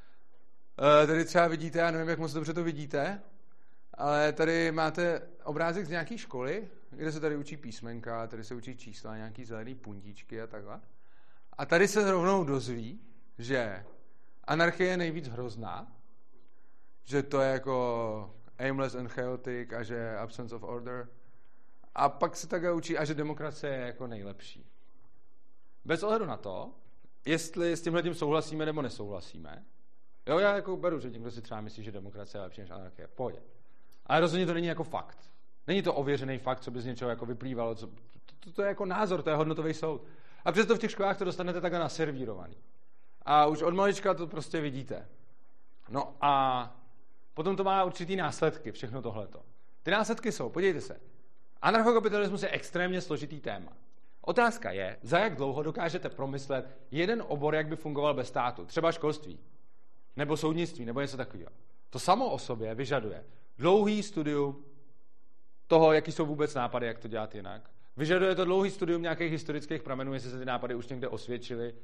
Tady třeba vidíte, já nevím, jak moc dobře to vidíte, ale tady máte obrázek z nějaké školy, kde se tady učí písmenka, tady se učí čísla, nějaký zelený puntíčky a takhle. A tady se rovnou dozví, že anarchie je nejvíc hrozná, že to je jako aimless and chaotic a že absence of order. A pak se také učí, a že demokracie je jako nejlepší. Bez ohledu na to, jestli s tímhletím souhlasíme nebo nesouhlasíme. Jo, já jako beru, že někdo si třeba myslí, že demokracie je lepší než anarchie. V pohodě. Ale rozhodně to není jako fakt. Není to ověřený fakt, co by z něčeho jako vyplývalo. To je jako názor, to je hodnotový soud. A přesto v těch školách to dostanete takhle naservírovaný. A už od malička to prostě vidíte. No a potom to má určitý následky, všechno tohleto. Ty následky jsou, podívejte se, anarchokapitalismus je extrémně složitý téma. Otázka je, za jak dlouho dokážete promyslet jeden obor, jak by fungoval bez státu. Třeba školství, nebo soudnictví, nebo něco takového. To samo o sobě vyžaduje dlouhý studium toho, jaký jsou vůbec nápady, jak to dělat jinak. Vyžaduje to dlouhý studium nějakých historických pramenů, jestli se ty nápady už někde osvědčily.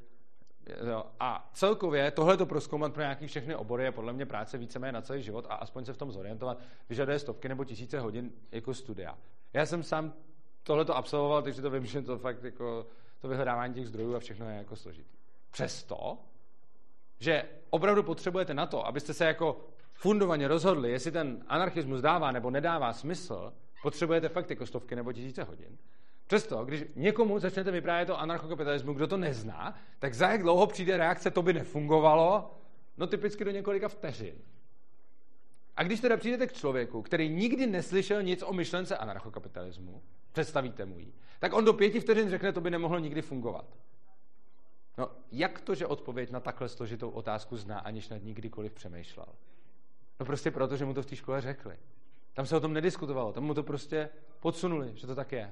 A celkově tohleto prozkoumat pro nějaký všechny obory je podle mě práce víceméně na celý život a aspoň se v tom zorientovat vyžaduje stovky nebo tisíce hodin jako studia. Já jsem sám tohleto absolvoval, takže to vím, že to fakt jako to vyhledávání těch zdrojů a všechno je jako složitý. Přesto, že opravdu potřebujete na to, abyste se jako fundovaně rozhodli, jestli ten anarchismus dává nebo nedává smysl, potřebujete fakt jako stovky nebo tisíce hodin. Přesto, když někomu začnete vyprávět o anarchokapitalismu, kdo to nezná, tak za jak dlouho přijde reakce, to by nefungovalo, no typicky do několika vteřin. A když teda přijdete k člověku, který nikdy neslyšel nic o myšlence anarchokapitalismu, představíte mu ji, tak on do 5 vteřin řekne, to by nemohlo nikdy fungovat. No, jak to, že odpověď na takhle složitou otázku zná, aniž nad ní kdykoliv přemýšlel? No prostě proto, že mu to v té škole řekli. Tam se o tom nediskutovalo, tam mu to prostě podsunuli, že to tak je.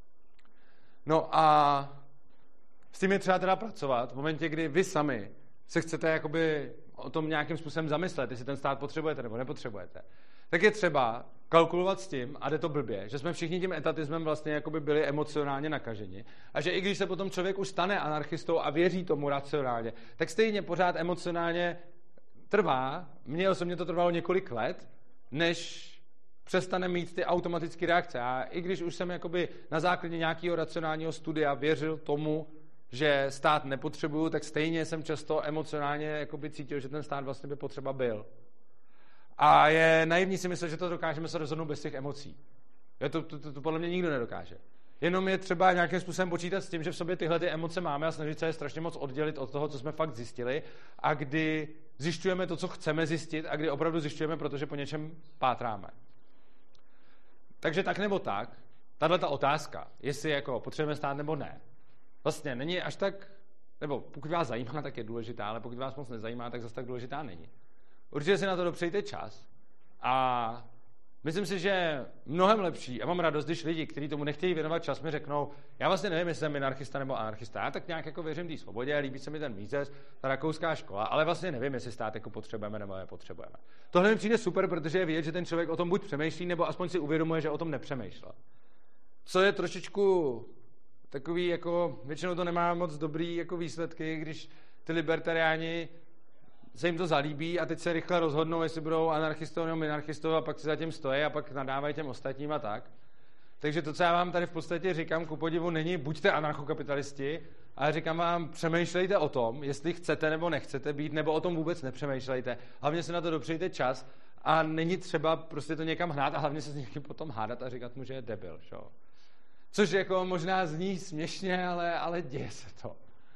No a s tím je třeba teda pracovat v momentě, kdy vy sami se chcete jakoby o tom nějakým způsobem zamyslet, jestli ten stát potřebujete nebo nepotřebujete. Tak je třeba kalkulovat s tím, a jde to blbě, že jsme všichni tím etatismem vlastně jakoby byli emocionálně nakaženi a že i když se potom člověk už stane anarchistou a věří tomu racionálně, tak stejně pořád emocionálně trvá, mně osobně to trvalo několik let, než přestane mít ty automatické reakce. A i když už jsem jakoby na základě nějakého racionálního studia věřil tomu, že stát nepotřebuju, tak stejně jsem často emocionálně jakoby cítil, že ten stát vlastně by potřeba byl. A je naivní si myslet, že to dokážeme se rozhodnout bez těch emocí. To podle mě nikdo nedokáže. Jenom je třeba nějakým způsobem počítat s tím, že v sobě tyhle ty emoce máme a snažit se je strašně moc oddělit od toho, co jsme fakt zjistili a kdy zjišťujeme to, co chceme zjistit a kdy opravdu zjišťujeme, protože po něčem pátráme. Takže tak nebo tak, tato otázka, jestli jako potřebujeme stát nebo ne, vlastně není až tak, nebo pokud vás zajímá, tak je důležitá, ale pokud vás moc nezajímá, tak zase tak důležitá není. Určitě si na to dopřejte čas a Myslím si, že mnohem lepší, a mám radost, když lidi, kteří tomu nechtějí věnovat čas, mi řeknou, já vlastně nevím, jestli jsem minarchista nebo anarchista, já tak nějak jako věřím té svobodě, líbí se mi ten Mises, ta rakouská škola, ale vlastně nevím, jestli stát jako potřebujeme nebo nepotřebujeme. Tohle mi přijde super, protože je vidět, že ten člověk o tom buď přemýšlí, nebo aspoň si uvědomuje, že o tom nepřemýšlel. Co je trošičku takový, jako většinou to nemá moc dobrý jako výsledky, když ty libertariáni se jim to zalíbí a teď se rychle rozhodnou, jestli budou anarchistou nebo minarchistou a pak si za tím stojí a pak nadávají těm ostatním a tak. Takže to, co já vám tady v podstatě říkám, ku podivu, není buďte anarchokapitalisti, ale říkám vám, přemýšlejte o tom, jestli chcete nebo nechcete být, nebo o tom vůbec nepřemýšlejte. Hlavně si na to dopřejte čas a není třeba prostě to někam hnát a hlavně se s někým potom hádat a říkat mu, že je debil. Šo? Což jako možná zní směšně, ale děje se to.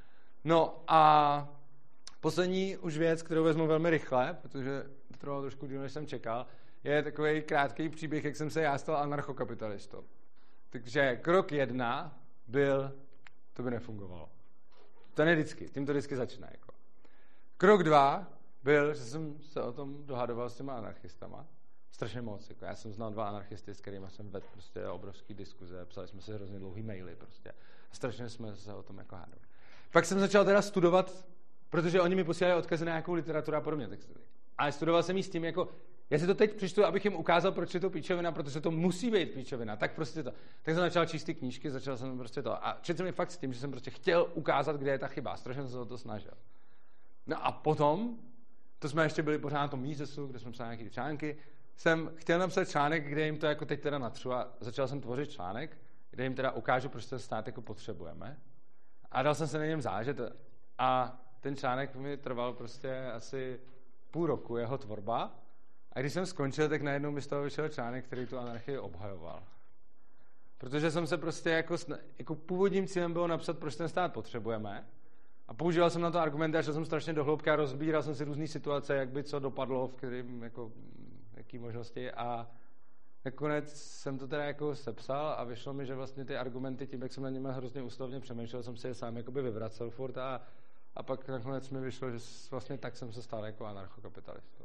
No a poslední už věc, kterou vezmu velmi rychle, protože to trvalo trošku díl, než jsem čekal, je takový krátký příběh, jak jsem se já stal anarchokapitalistou. Takže krok 1 byl, to by nefungovalo. To ne vždycky, tím to vždycky začne. Jako. Krok 2 byl, že jsem se o tom dohadoval s těma anarchistama. Strašně moc. Jako já jsem znal 2 anarchisty, s kterými jsem vedl prostě obrovský diskuze, psali jsme si hrozně dlouhý maily prostě. A strašně jsme se o tom jako hádali. Pak jsem začal teda studovat, protože oni mi posílali odkazy na nějakou literaturu a podobně. Ale studoval jsem jí s tím, jako, já si to teď přečtu, abych jim ukázal, proč je to píčovina, protože to musí být píčovina. Tak prostě to. Tak jsem začal číst ty knížky, začal jsem prostě to. A četl jsem je fakt s tím, že jsem prostě chtěl ukázat, kde je ta chyba. Strašně jsem se o to snažil. No a potom, to jsme ještě byli pořád na tom Misesu, kde jsme psali nějaké články, jsem chtěl napsat článek, kde jim to jako teď teda natřu a začal jsem tvořit článek, kde jim teda ukážu, proč ten stát jako potřebujeme. A dal jsem se na něm záležet a ten článek mi trval prostě asi půl roku, jeho tvorba. A když jsem skončil, tak najednou mi z toho vyšel článek, který tu anarchii obhajoval. Protože jsem se prostě jako původním cílem bylo napsat, proč ten stát potřebujeme. A používal jsem na to argumenty a šel jsem strašně do hloubky a rozbíral jsem si různé situace, jak by co dopadlo, v kterým, jako, jaký možnosti. A nakonec jsem to teda jako sepsal a vyšlo mi, že vlastně ty argumenty, tím, jak jsem na něm hrozně úslovně přemýšlel, jsem si je sám jakoby vyvracel furt a pak nakonec mi vyšlo, že vlastně tak jsem se stal jako anarchokapitalistou.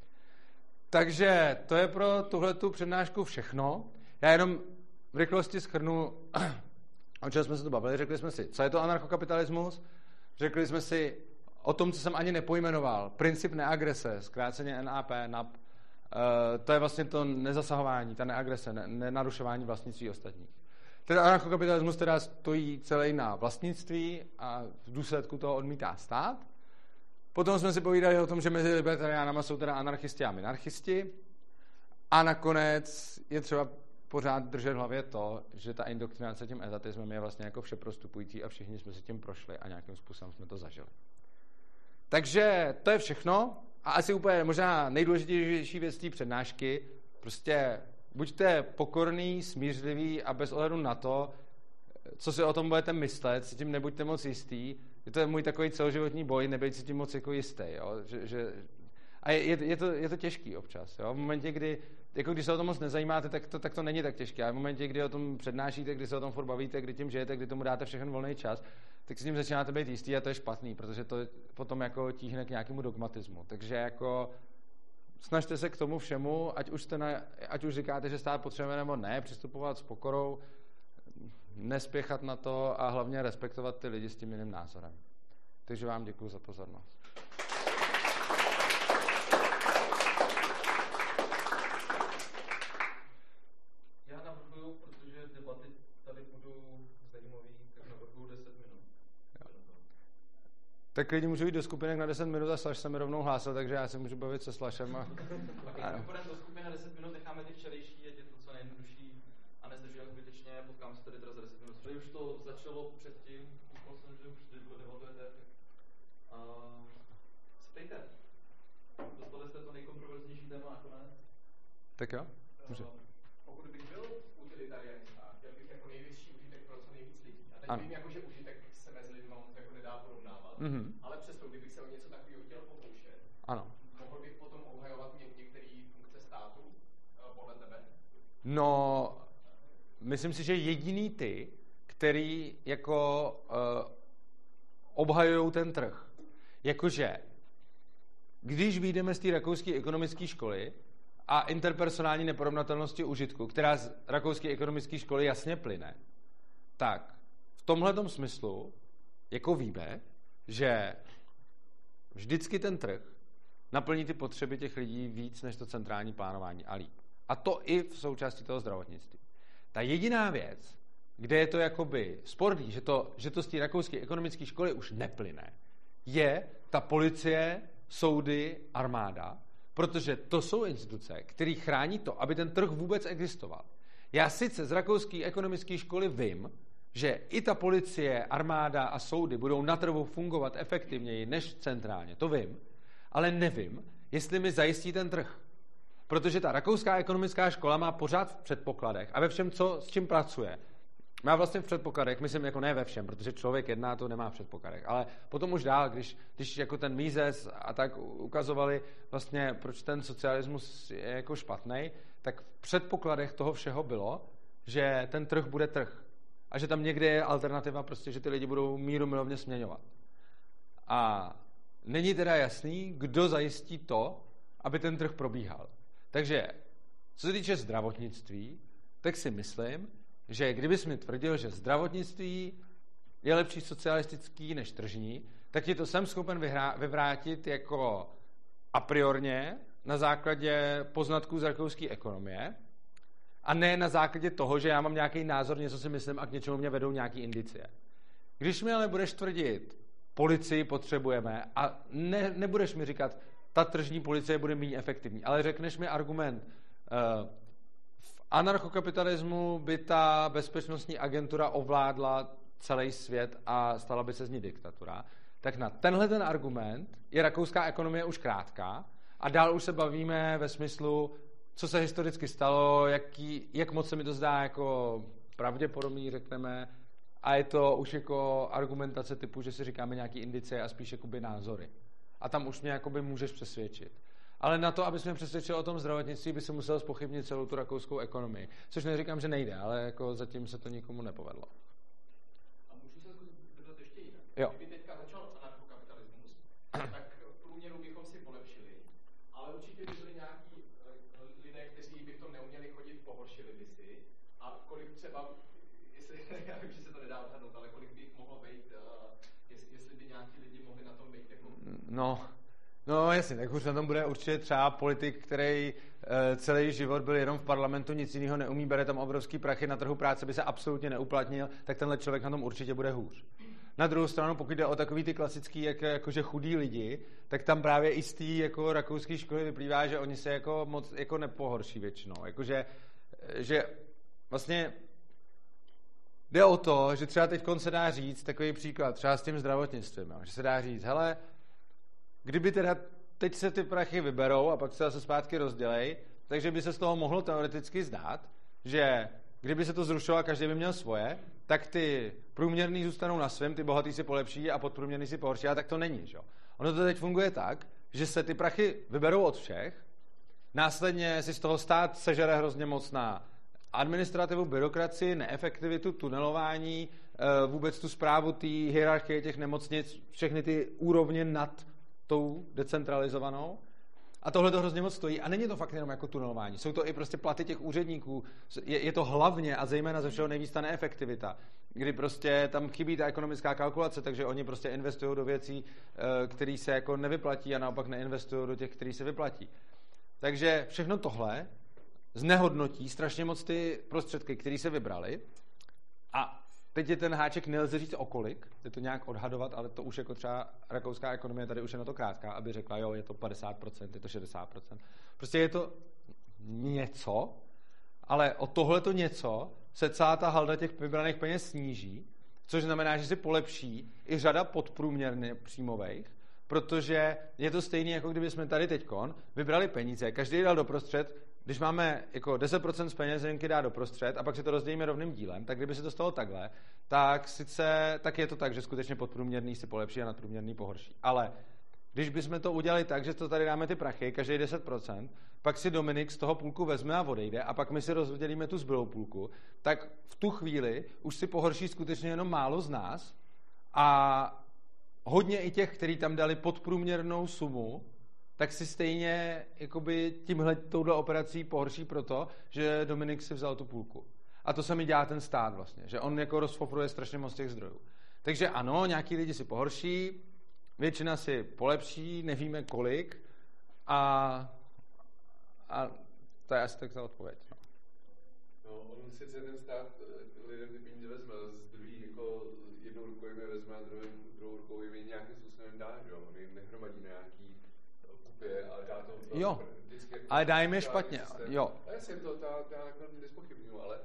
Takže to je pro tuhletu přednášku všechno. Já jenom v rychlosti shrnu, o čem jsme se tu bavili. Řekli jsme si, co je to anarchokapitalismus. Řekli jsme si o tom, co jsem ani nepojmenoval. Princip neagrese, zkráceně NAP. To je vlastně to nezasahování, ta neagrese, nenarušování vlastnictví ostatních. Teda anarchokapitalismus teda stojí celý na vlastnictví a v důsledku toho odmítá stát. Potom jsme si povídali o tom, že mezi libertariánama jsou teda anarchisti a minarchisti. A nakonec je třeba pořád držet v hlavě to, že ta indoktrinace tím etatismem je vlastně jako všeprostupující a všichni jsme si tím prošli a nějakým způsobem jsme to zažili. Takže to je všechno. A asi úplně možná nejdůležitější věc té přednášky, prostě buďte pokorný, smířlivý a bez ohledu na to, co si o tom budete myslet, si tím nebuďte moc jistý. Je to můj takový celoživotní boj, nebejt si tím moc jako jistý. Jo? A je to těžký občas. Jo? V momentě, kdy, jako když se o tom moc nezajímáte, tak to není tak těžké. A v momentě, kdy o tom přednášíte, kdy se o tom furt bavíte, kdy tím žijete, kdy tomu dáte všechen volný čas, tak s tím začínáte být jistý a to je špatný, protože to potom jako tíhne k nějakému dogmatismu. Takže jako snažte se k tomu všemu, ať už říkáte, že stát potřebujeme nebo ne, přistupovat s pokorou, nespěchat na to a hlavně respektovat ty lidi s tím jiným názorem. Takže vám děkuji za pozornost. Já navrhuju, protože debaty tady budou zajímavý, tak navrhuju 10 minut. Tak lidi můžou jít do skupinek na 10 minut a Slash se mi rovnou hlásil, takže já se můžu bavit se Slashem. Tak půjdeme do skupiny na 10 minut, necháme ty včerejší, ať je to co nejjednodušší a nezdržujeme zbytečně, potkám se tady teda za 10 minut. Protože už to začalo předtím, koukal jsem, že už debatujete. Ptejte. Dostali jste to nejkontroverznější téma nakonec? Tak jo, může. Pokud bych byl utilitarianista, chtěl bych jako největší užitek pro co nejvíc lidí. A teď vím, jako, že užitek se mezi lidmi moc jako nedá porovnávat, ale přesto, kdybych se o něco takového chtěl pokoušet, mohl bych potom obhajovat některé funkce státu podle tebe? No, myslím si, že jediný ty, který jako obhajují ten trh. Jakože, když vyjdeme z té rakouské ekonomické školy a interpersonální neporovnatelnosti užitku, která z rakouské ekonomické školy jasně plyne, tak v tomhletom smyslu jako víme, že vždycky ten trh naplní ty potřeby těch lidí víc než to centrální plánování a líp. A to i v součástí toho zdravotnictví. Ta jediná věc, kde je to jakoby sporný, že to z té rakouské ekonomické školy už neplyne, je ta policie, soudy, armáda, protože to jsou instituce, které chrání to, aby ten trh vůbec existoval. Já sice z rakouské ekonomické školy vím, že i ta policie, armáda a soudy budou na trhu fungovat efektivněji než centrálně, to vím, ale nevím, jestli mi zajistí ten trh. Protože ta rakouská ekonomická škola má pořád v předpokladech a ve všem, s čím pracuje. Má vlastně v předpokladech, myslím jako ne ve všem, protože člověk jedná, to nemá v předpokladech, ale potom už dál, když jako ten Mises a tak ukazovali vlastně, proč ten socialismus je jako špatnej, tak v předpokladech toho všeho bylo, že ten trh bude trh. A že tam někde je alternativa, prostě, že ty lidi budou míru milovně směňovat. A není teda jasný, kdo zajistí to, aby ten trh probíhal. Takže, co se týče zdravotnictví, tak si myslím, že kdybys mi tvrdil, že zdravotnictví je lepší socialistický než tržní, tak ti to jsem schopen vyvrátit jako a priorně na základě poznatků z rakouské ekonomie a ne na základě toho, že já mám nějaký názor, něco si myslím a k něčemu mě vedou nějaký indicie. Když mi ale budeš tvrdit, policii potřebujeme a nebudeš mi říkat, ta tržní policie bude méně efektivní, ale řekneš mi argument, v anarchokapitalismu by ta bezpečnostní agentura ovládla celý svět a stala by se z ní diktatura, tak na tenhle ten argument je rakouská ekonomie už krátká a dál už se bavíme ve smyslu, co se historicky stalo, jak moc se mi to zdá jako pravděpodobný, řekneme, a je to už jako argumentace typu, že si říkáme nějaký indicie a spíš jakoby názory. A tam už mě jakoby můžeš přesvědčit. Ale na to, abys mě přesvědčil o tom zdravotnictví, by se musel zpochybnit celou tu rakouskou ekonomii. Což neříkám, že nejde, ale jako zatím se to nikomu nepovedlo. A můžu se zeptat ještě jinak? Jo. Kdyby teďka začal anarchokapitalismus, tak v průměru bychom si polepšili, ale určitě by byli nějaký lidé, kteří by to neuměli chodit, pohoršili by si. A kolik třeba, já vím, že se to nedá odhadnout, ale kolik by jich mohlo být, jestli by nějaký lidi mohli na tom být jako... No jasně, tak už na tom bude určitě třeba politik, který celý život byl jenom v parlamentu, nic jiného neumí, bere tam obrovský prachy, na trhu práce by se absolutně neuplatnil, tak tenhle člověk na tom určitě bude hůř. Na druhou stranu, pokud jde o takový ty klasický jakože chudí lidi, tak tam právě i z té jako rakouské školy vyplývá, že oni se jako moc jako nepohorší většinou. Jakože, že vlastně jde o to, že třeba teď se dá říct, takový příklad, třeba s tím zdravotnictvím, že se dá říct, hele, kdyby teda teď se ty prachy vyberou a pak se zase zpátky rozdělej, takže by se z toho mohlo teoreticky zdát, že kdyby se to zrušilo a každý by měl svoje, tak ty průměrný zůstanou na svém, ty bohatý si polepší a podprůměrný si pohorší, a tak to není, že? Ono to teď funguje tak, že se ty prachy vyberou od všech, následně si z toho stát sežere hrozně moc na administrativu, byrokracii, neefektivitu, tunelování, vůbec tu správu té hierarchie těch nemocnic, všechny ty úrovně nad tou decentralizovanou. A tohle to hrozně moc stojí. A není to fakt jenom jako tunelování. Jsou to i prostě platy těch úředníků. Je to hlavně a zejména ze všeho nejvíc ta neefektivita, kdy prostě tam chybí ta ekonomická kalkulace, takže oni prostě investují do věcí, které se jako nevyplatí, a naopak neinvestují do těch, které se vyplatí. Takže všechno tohle znehodnotí strašně moc ty prostředky, které se vybrali. A teď je ten háček, nelze říct o kolik, je to nějak odhadovat, ale to už jako třeba rakouská ekonomie tady už je na to krátká, aby řekla, jo, je to 50%, je to 60%. Prostě je to něco, ale o tohleto něco se celá ta halda těch vybraných peněz sníží, což znamená, že si polepší i řada podprůměrně příjmových, protože je to stejné, jako kdyby jsme tady teďkon vybrali peníze, každý dal doprostřed. Když máme jako 10% z peněženky dát doprostřed a pak si to rozdělíme rovným dílem, tak kdyby se to stalo takhle, tak je to tak, že skutečně podprůměrný si polepší a nadprůměrný pohorší. Ale když bychom to udělali tak, že to tady dáme ty prachy, každý 10%, pak si Dominik z toho půlku vezme a odejde a pak my si rozdělíme tu zbylou půlku, tak v tu chvíli už si pohorší skutečně jenom málo z nás a hodně i těch, kteří tam dali podprůměrnou sumu, tak si stejně jakoby touhle operací pohorší proto, že Dominik si vzal tu půlku. A to samý dělá ten stát vlastně, že on jako rozfofruje strašně moc těch zdrojů. Takže ano, nějaký lidi si pohorší, většina si polepší, nevíme kolik a to je asi tak ta odpověď. No, on sice ten stát lidem ty peníze vezme, z druhý jako jednou rukou jim je vezme a druhou rukou jim je nějakým způsobem dá, že jo? On jim nehromadí nějaký kupě a dá to jo, vždycky. Ale dá jim je špatně, systém. jo. A já jsem to jako nezpochybnuju, ale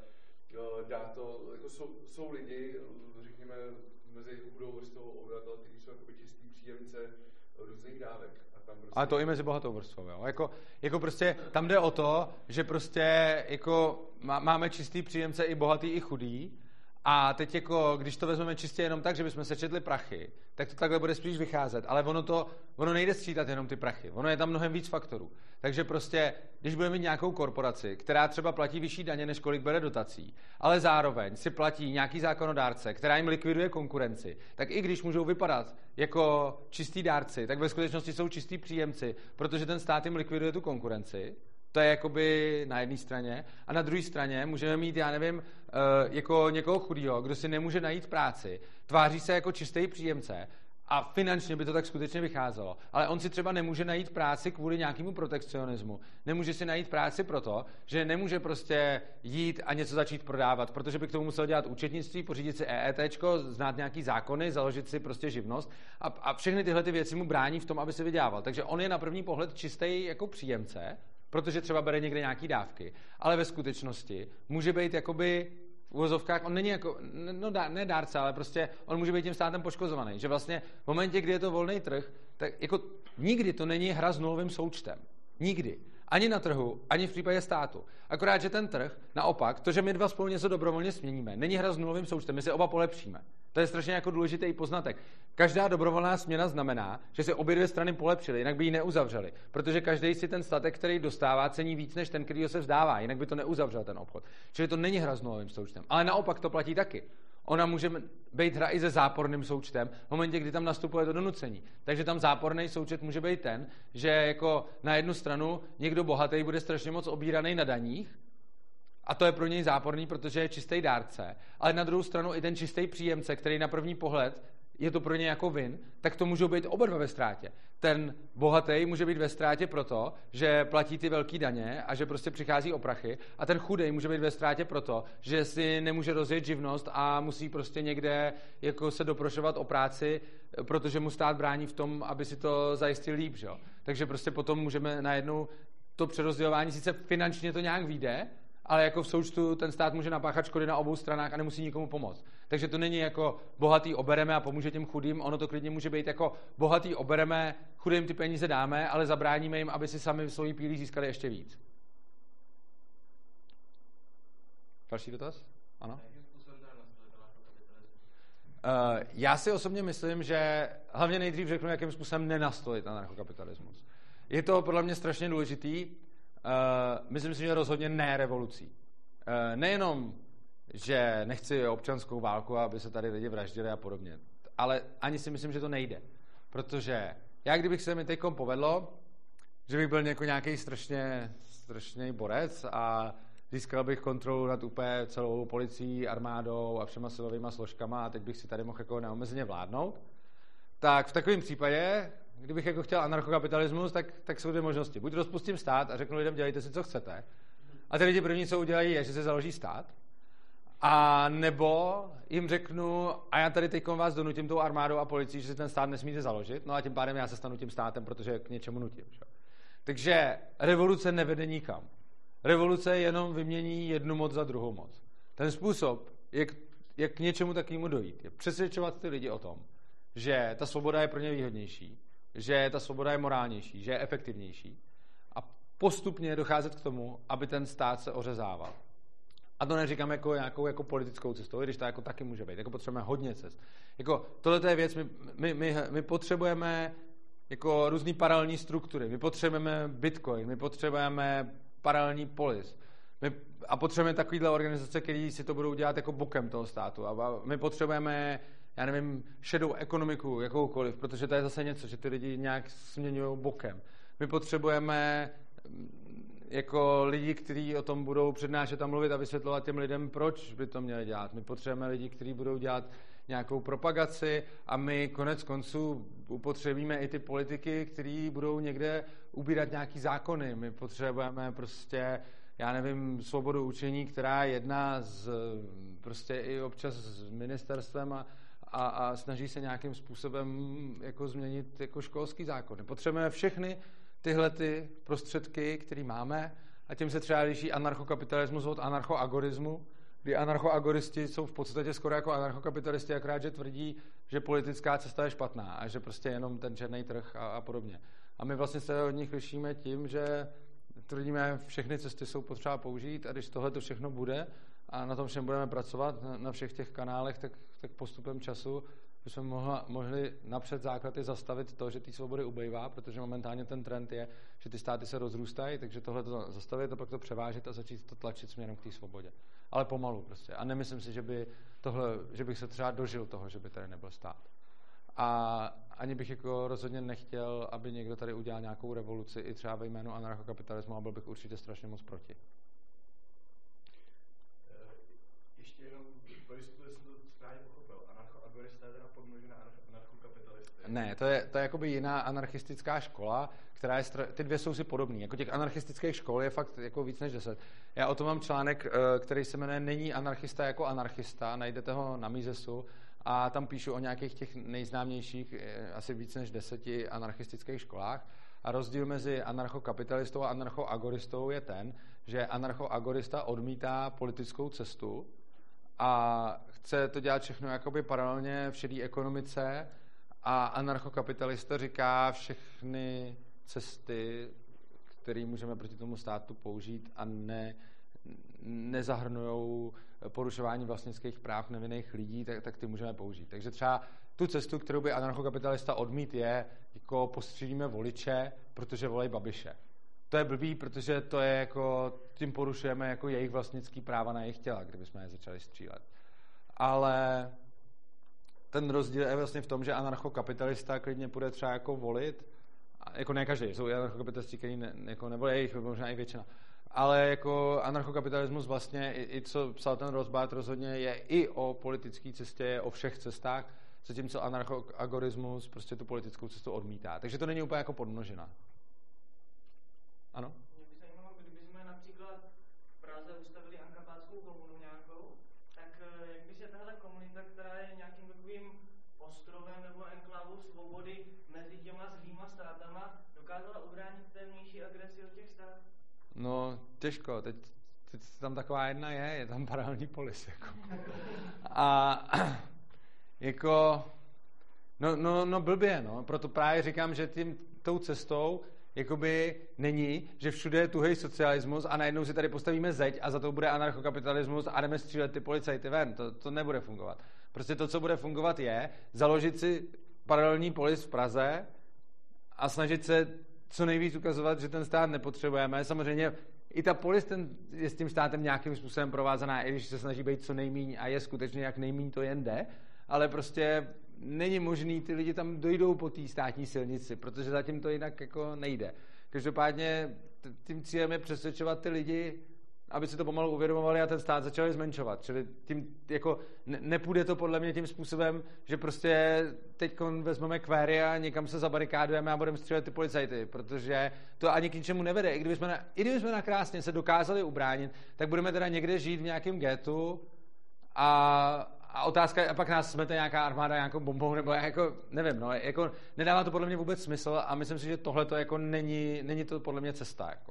dá to, jako jsou lidi, řekněme, mezi chudou vrstvou obyvatel, kteří jsou jakoby čistý příjemce různých dávek. Ale to i mezi bohatou vrstvou, jo. Jako prostě tam jde o to, že prostě jako máme čistý příjemce i bohatý, i chudý. A teď jako, když to vezmeme čistě jenom tak, že bychom sečetli prachy, tak to takhle bude spíš vycházet. Ale ono nejde sčítat jenom ty prachy. Ono je tam mnohem víc faktorů. Takže prostě, když budeme mít nějakou korporaci, která třeba platí vyšší daně, než kolik bere dotací, ale zároveň si platí nějaký zákonodárce, která jim likviduje konkurenci, tak i když můžou vypadat jako čistí dárci, tak ve skutečnosti jsou čistí příjemci, protože ten stát jim likviduje tu konkurenci. To je jakoby na jedné straně. A na druhé straně můžeme mít, já nevím, jako někoho chudýho, kdo si nemůže najít práci, tváří se jako čistý příjemce a finančně by to tak skutečně vycházelo. Ale on si třeba nemůže najít práci kvůli nějakému protekcionismu. Nemůže si najít práci proto, že nemůže prostě jít a něco začít prodávat, protože by k tomu musel dělat účetnictví, pořídit si EETčko, znát nějaký zákony, založit si prostě živnost a všechny tyhle ty věci mu brání v tom, aby se vydělával. Takže on je na první pohled čistý jako příjemce, protože třeba bere někde nějaký dávky, ale ve skutečnosti může být jakoby v uvozovkách, on není jako, ne dárce, ale prostě on může být tím státem poškozovaný, že vlastně v momentě, kdy je to volný trh, tak jako nikdy to není hra s nulovým součtem. Nikdy. Ani na trhu, ani v případě státu. Akorát, že ten trh, naopak, to, že my dva spolu něco dobrovolně směníme, není hra s nulovým součtem, my se oba polepšíme. To je strašně jako důležitý poznatek. Každá dobrovolná směna znamená, že se obě dvě strany polepšily, jinak by ji neuzavřeli. Protože každý si ten statek, který dostává, cení víc než ten, který ho se vzdává, jinak by to neuzavřel ten obchod. Čili to není hra s nulovým součtem. Ale naopak to platí taky. Ona může být hra i se záporným součtem v momentě, kdy tam nastupuje to donucení. Takže tam záporný součet může být ten, že jako na jednu stranu někdo bohatý bude strašně moc obíraný na daních, a to je pro něj záporný, protože je čistý dárce. Ale na druhou stranu i ten čistý příjemce, který na první pohled je to pro něj jako vin, tak to můžou být oba dva ve ztrátě. Ten bohatý může být ve ztrátě proto, že platí ty velký daně a že prostě přichází o prachy, a ten chudej může být ve ztrátě proto, že si nemůže rozjet živnost a musí prostě někde jako se doprošovat o práci, protože mu stát brání v tom, aby si to zajistil líp, že jo? Takže prostě potom můžeme najednou to přerozdělování, sice finančně to nějak vyjde, ale jako v součtu ten stát může napáchat škody na obou stranách a nemusí nikomu pomoct. Takže to není jako bohatý obereme a pomůže těm chudým, ono to klidně může být jako bohatý obereme, chudým ty peníze dáme, ale zabráníme jim, aby si sami svojí pílí získali ještě víc. Další dotaz? Ano? Já si osobně myslím, že hlavně nejdřív řeknu, jakým způsobem nenastolit anarchokapitalismus. Je to podle mě strašně důležitý. Myslím si, že rozhodně ne revolucí. Nejenom, že nechci občanskou válku, aby se tady lidi vraždili a podobně, ale ani si myslím, že to nejde. Protože já, kdybych se mi teďkom povedlo, že bych byl jako nějaký strašný borec a získal bych kontrolu nad úplně celou policií, armádou a všema silovýma složkama a teď bych si tady mohl jako neomezeně vládnout, tak v takovém případě, kdybych jako chtěl anarchokapitalismus, tak jsou dvě možnosti. Buď rozpustím stát a řeknu lidem, dělejte si, co chcete. A ty lidi první, co udělají, je, že se založí stát. A nebo jim řeknu, a já tady teď vás donutím tou armádou a policií, že si ten stát nesmíte založit, no a tím pádem já se stanu tím státem, protože k něčemu nutím. Že? Takže revoluce nevede nikam. Revoluce jenom vymění jednu moc za druhou moc. Ten způsob, jak k něčemu takovému dojít, je přesvědčovat ty lidi o tom, že ta svoboda je pro ně výhodnější, že ta svoboda je morálnější, že je efektivnější a postupně docházet k tomu, aby ten stát se ořezával. A to neříkám jako nějakou jako politickou cestou, i když to jako taky může být. Jako potřebujeme hodně cest. Jako tohle je věc, my potřebujeme jako různý paralelní struktury. My potřebujeme Bitcoin, my potřebujeme paralelní polis. A potřebujeme takovýhle organizace, které si to budou dělat jako bokem toho státu. A my potřebujeme, já nevím, šedou ekonomiku, jakoukoliv, protože to je zase něco, že ty lidi nějak směňují bokem. My potřebujeme jako lidi, kteří o tom budou přednášet a mluvit a vysvětlovat těm lidem, proč by to měli dělat. My potřebujeme lidi, kteří budou dělat nějakou propagaci a my konec konců upotřebíme i ty politiky, kteří budou někde ubírat nějaký zákony. My potřebujeme prostě, já nevím, svobodu učení, která je jedna z, prostě i občas s ministerstvem a snaží se nějakým způsobem jako změnit jako školský zákon. Potřebujeme všechny tyhle ty prostředky, které máme, a tím se třeba liší anarchokapitalismus od anarchoagorismu, kdy anarchoagoristi jsou v podstatě skoro jako anarchokapitalisti, akorát, že tvrdí, že politická cesta je špatná a že prostě jenom ten černý trh a podobně. A my vlastně se od nich lišíme tím, že tvrdíme, všechny cesty jsou potřeba použít a když tohle to všechno bude a na tom všem budeme pracovat na všech těch kanálech, tak postupem času bychom mohli napřed základy zastavit to, že ty svobody ubejvá, protože momentálně ten trend je, že ty státy se rozrůstají, takže tohle to zastavit a pak to převážit a začít to tlačit směrem k té svobodě. Ale pomalu prostě. A nemyslím si, že bych se třeba dožil toho, že by tady nebyl stát. A ani bych jako rozhodně nechtěl, aby někdo tady udělal nějakou revoluci i třeba ve jménu anarchokapitalismu a byl bych určitě strašně moc proti. Ještě jenom, jestli jsem to správně pochopil, anarchoagorista je teda podmnožena anarchokapitalisty. Ne, to je jakoby jiná anarchistická škola, která je ty dvě jsou si podobný. Jako těch anarchistických škol je fakt jako víc než 10. Já o tom mám článek, který se jmenuje Není anarchista jako anarchista, najdete ho na Misesu a tam píšu o nějakých těch nejznámějších, asi víc než 10 anarchistických školách. A rozdíl mezi anarchokapitalistou a anarchoagoristou je ten, že anarchoagorista odmítá politickou cestu a chce to dělat všechno jakoby paralelně v šedé ekonomice a anarchokapitalista říká všechny cesty, které můžeme proti tomu státu použít a nezahrnujou porušování vlastnických práv nevinných lidí, tak ty můžeme použít. Takže třeba tu cestu, kterou by anarchokapitalista odmít, je, jako postřídíme voliče, protože volej Babiše. To je blbý, protože to je jako, tím porušujeme jako jejich vlastnický práva na jejich těla, kdybychom je začali střílet. Ale ten rozdíl je vlastně v tom, že anarchokapitalista klidně půjde třeba jako volit, jako ne každý, jsou anarchokapitalisti, kteří jako nevolí, jejich možná i většina. Ale jako anarchokapitalismus vlastně, i co psal ten Rothbard, rozhodně je i o politické cestě, je o všech cestách, zatímco anarchoagorismus prostě tu politickou cestu odmítá. Takže to není úplně jako podmnožina. Ano? Mě by zajímalo, kdybychom například v Praze ustavili ankapátskou komunu nějakou, tak jak by se tahle komunita, která je nějakým takovým ostrovem nebo enklávou svobody mezi těma zlýma státama, dokázala ubránit té vnější agresi od těch států? No, těžko. Teď tam taková jedna je tam paralelní polis. Jako. A jako no blbě, no. Proto právě říkám, že tou cestou jakoby není, že všude je tuhej socialismus a najednou si tady postavíme zeď a za to bude anarchokapitalismus a jdeme střílet ty policajty ven. To nebude fungovat. Prostě to, co bude fungovat, je založit si paralelní polis v Praze a snažit se co nejvíc ukazovat, že ten stát nepotřebujeme. Samozřejmě i ta polis je s tím státem nějakým způsobem provázaná, i když se snaží být co nejmíň a je skutečně jak nejmíň to jen jde, ale prostě není možný, ty lidi tam dojdou po té státní silnici, protože zatím to jinak jako nejde. Každopádně tím cílem je přesvědčovat ty lidi, aby si to pomalu uvědomovali a ten stát začali zmenšovat. Čili tím jako nepůjde to podle mě tím způsobem, že prostě teď vezmeme kvéry a někam se zabarikádujeme a budeme střílet ty policajty, protože to ani k ničemu nevede. I kdybychom nakrásně se dokázali ubránit, tak budeme teda někde žít v nějakém ghettu a otázka je, a pak nás smete nějaká armáda nějakou bombou, nebo jako, nevím, no, jako nedává to podle mě vůbec smysl a myslím si, že tohle to jako není to podle mě cesta, jako.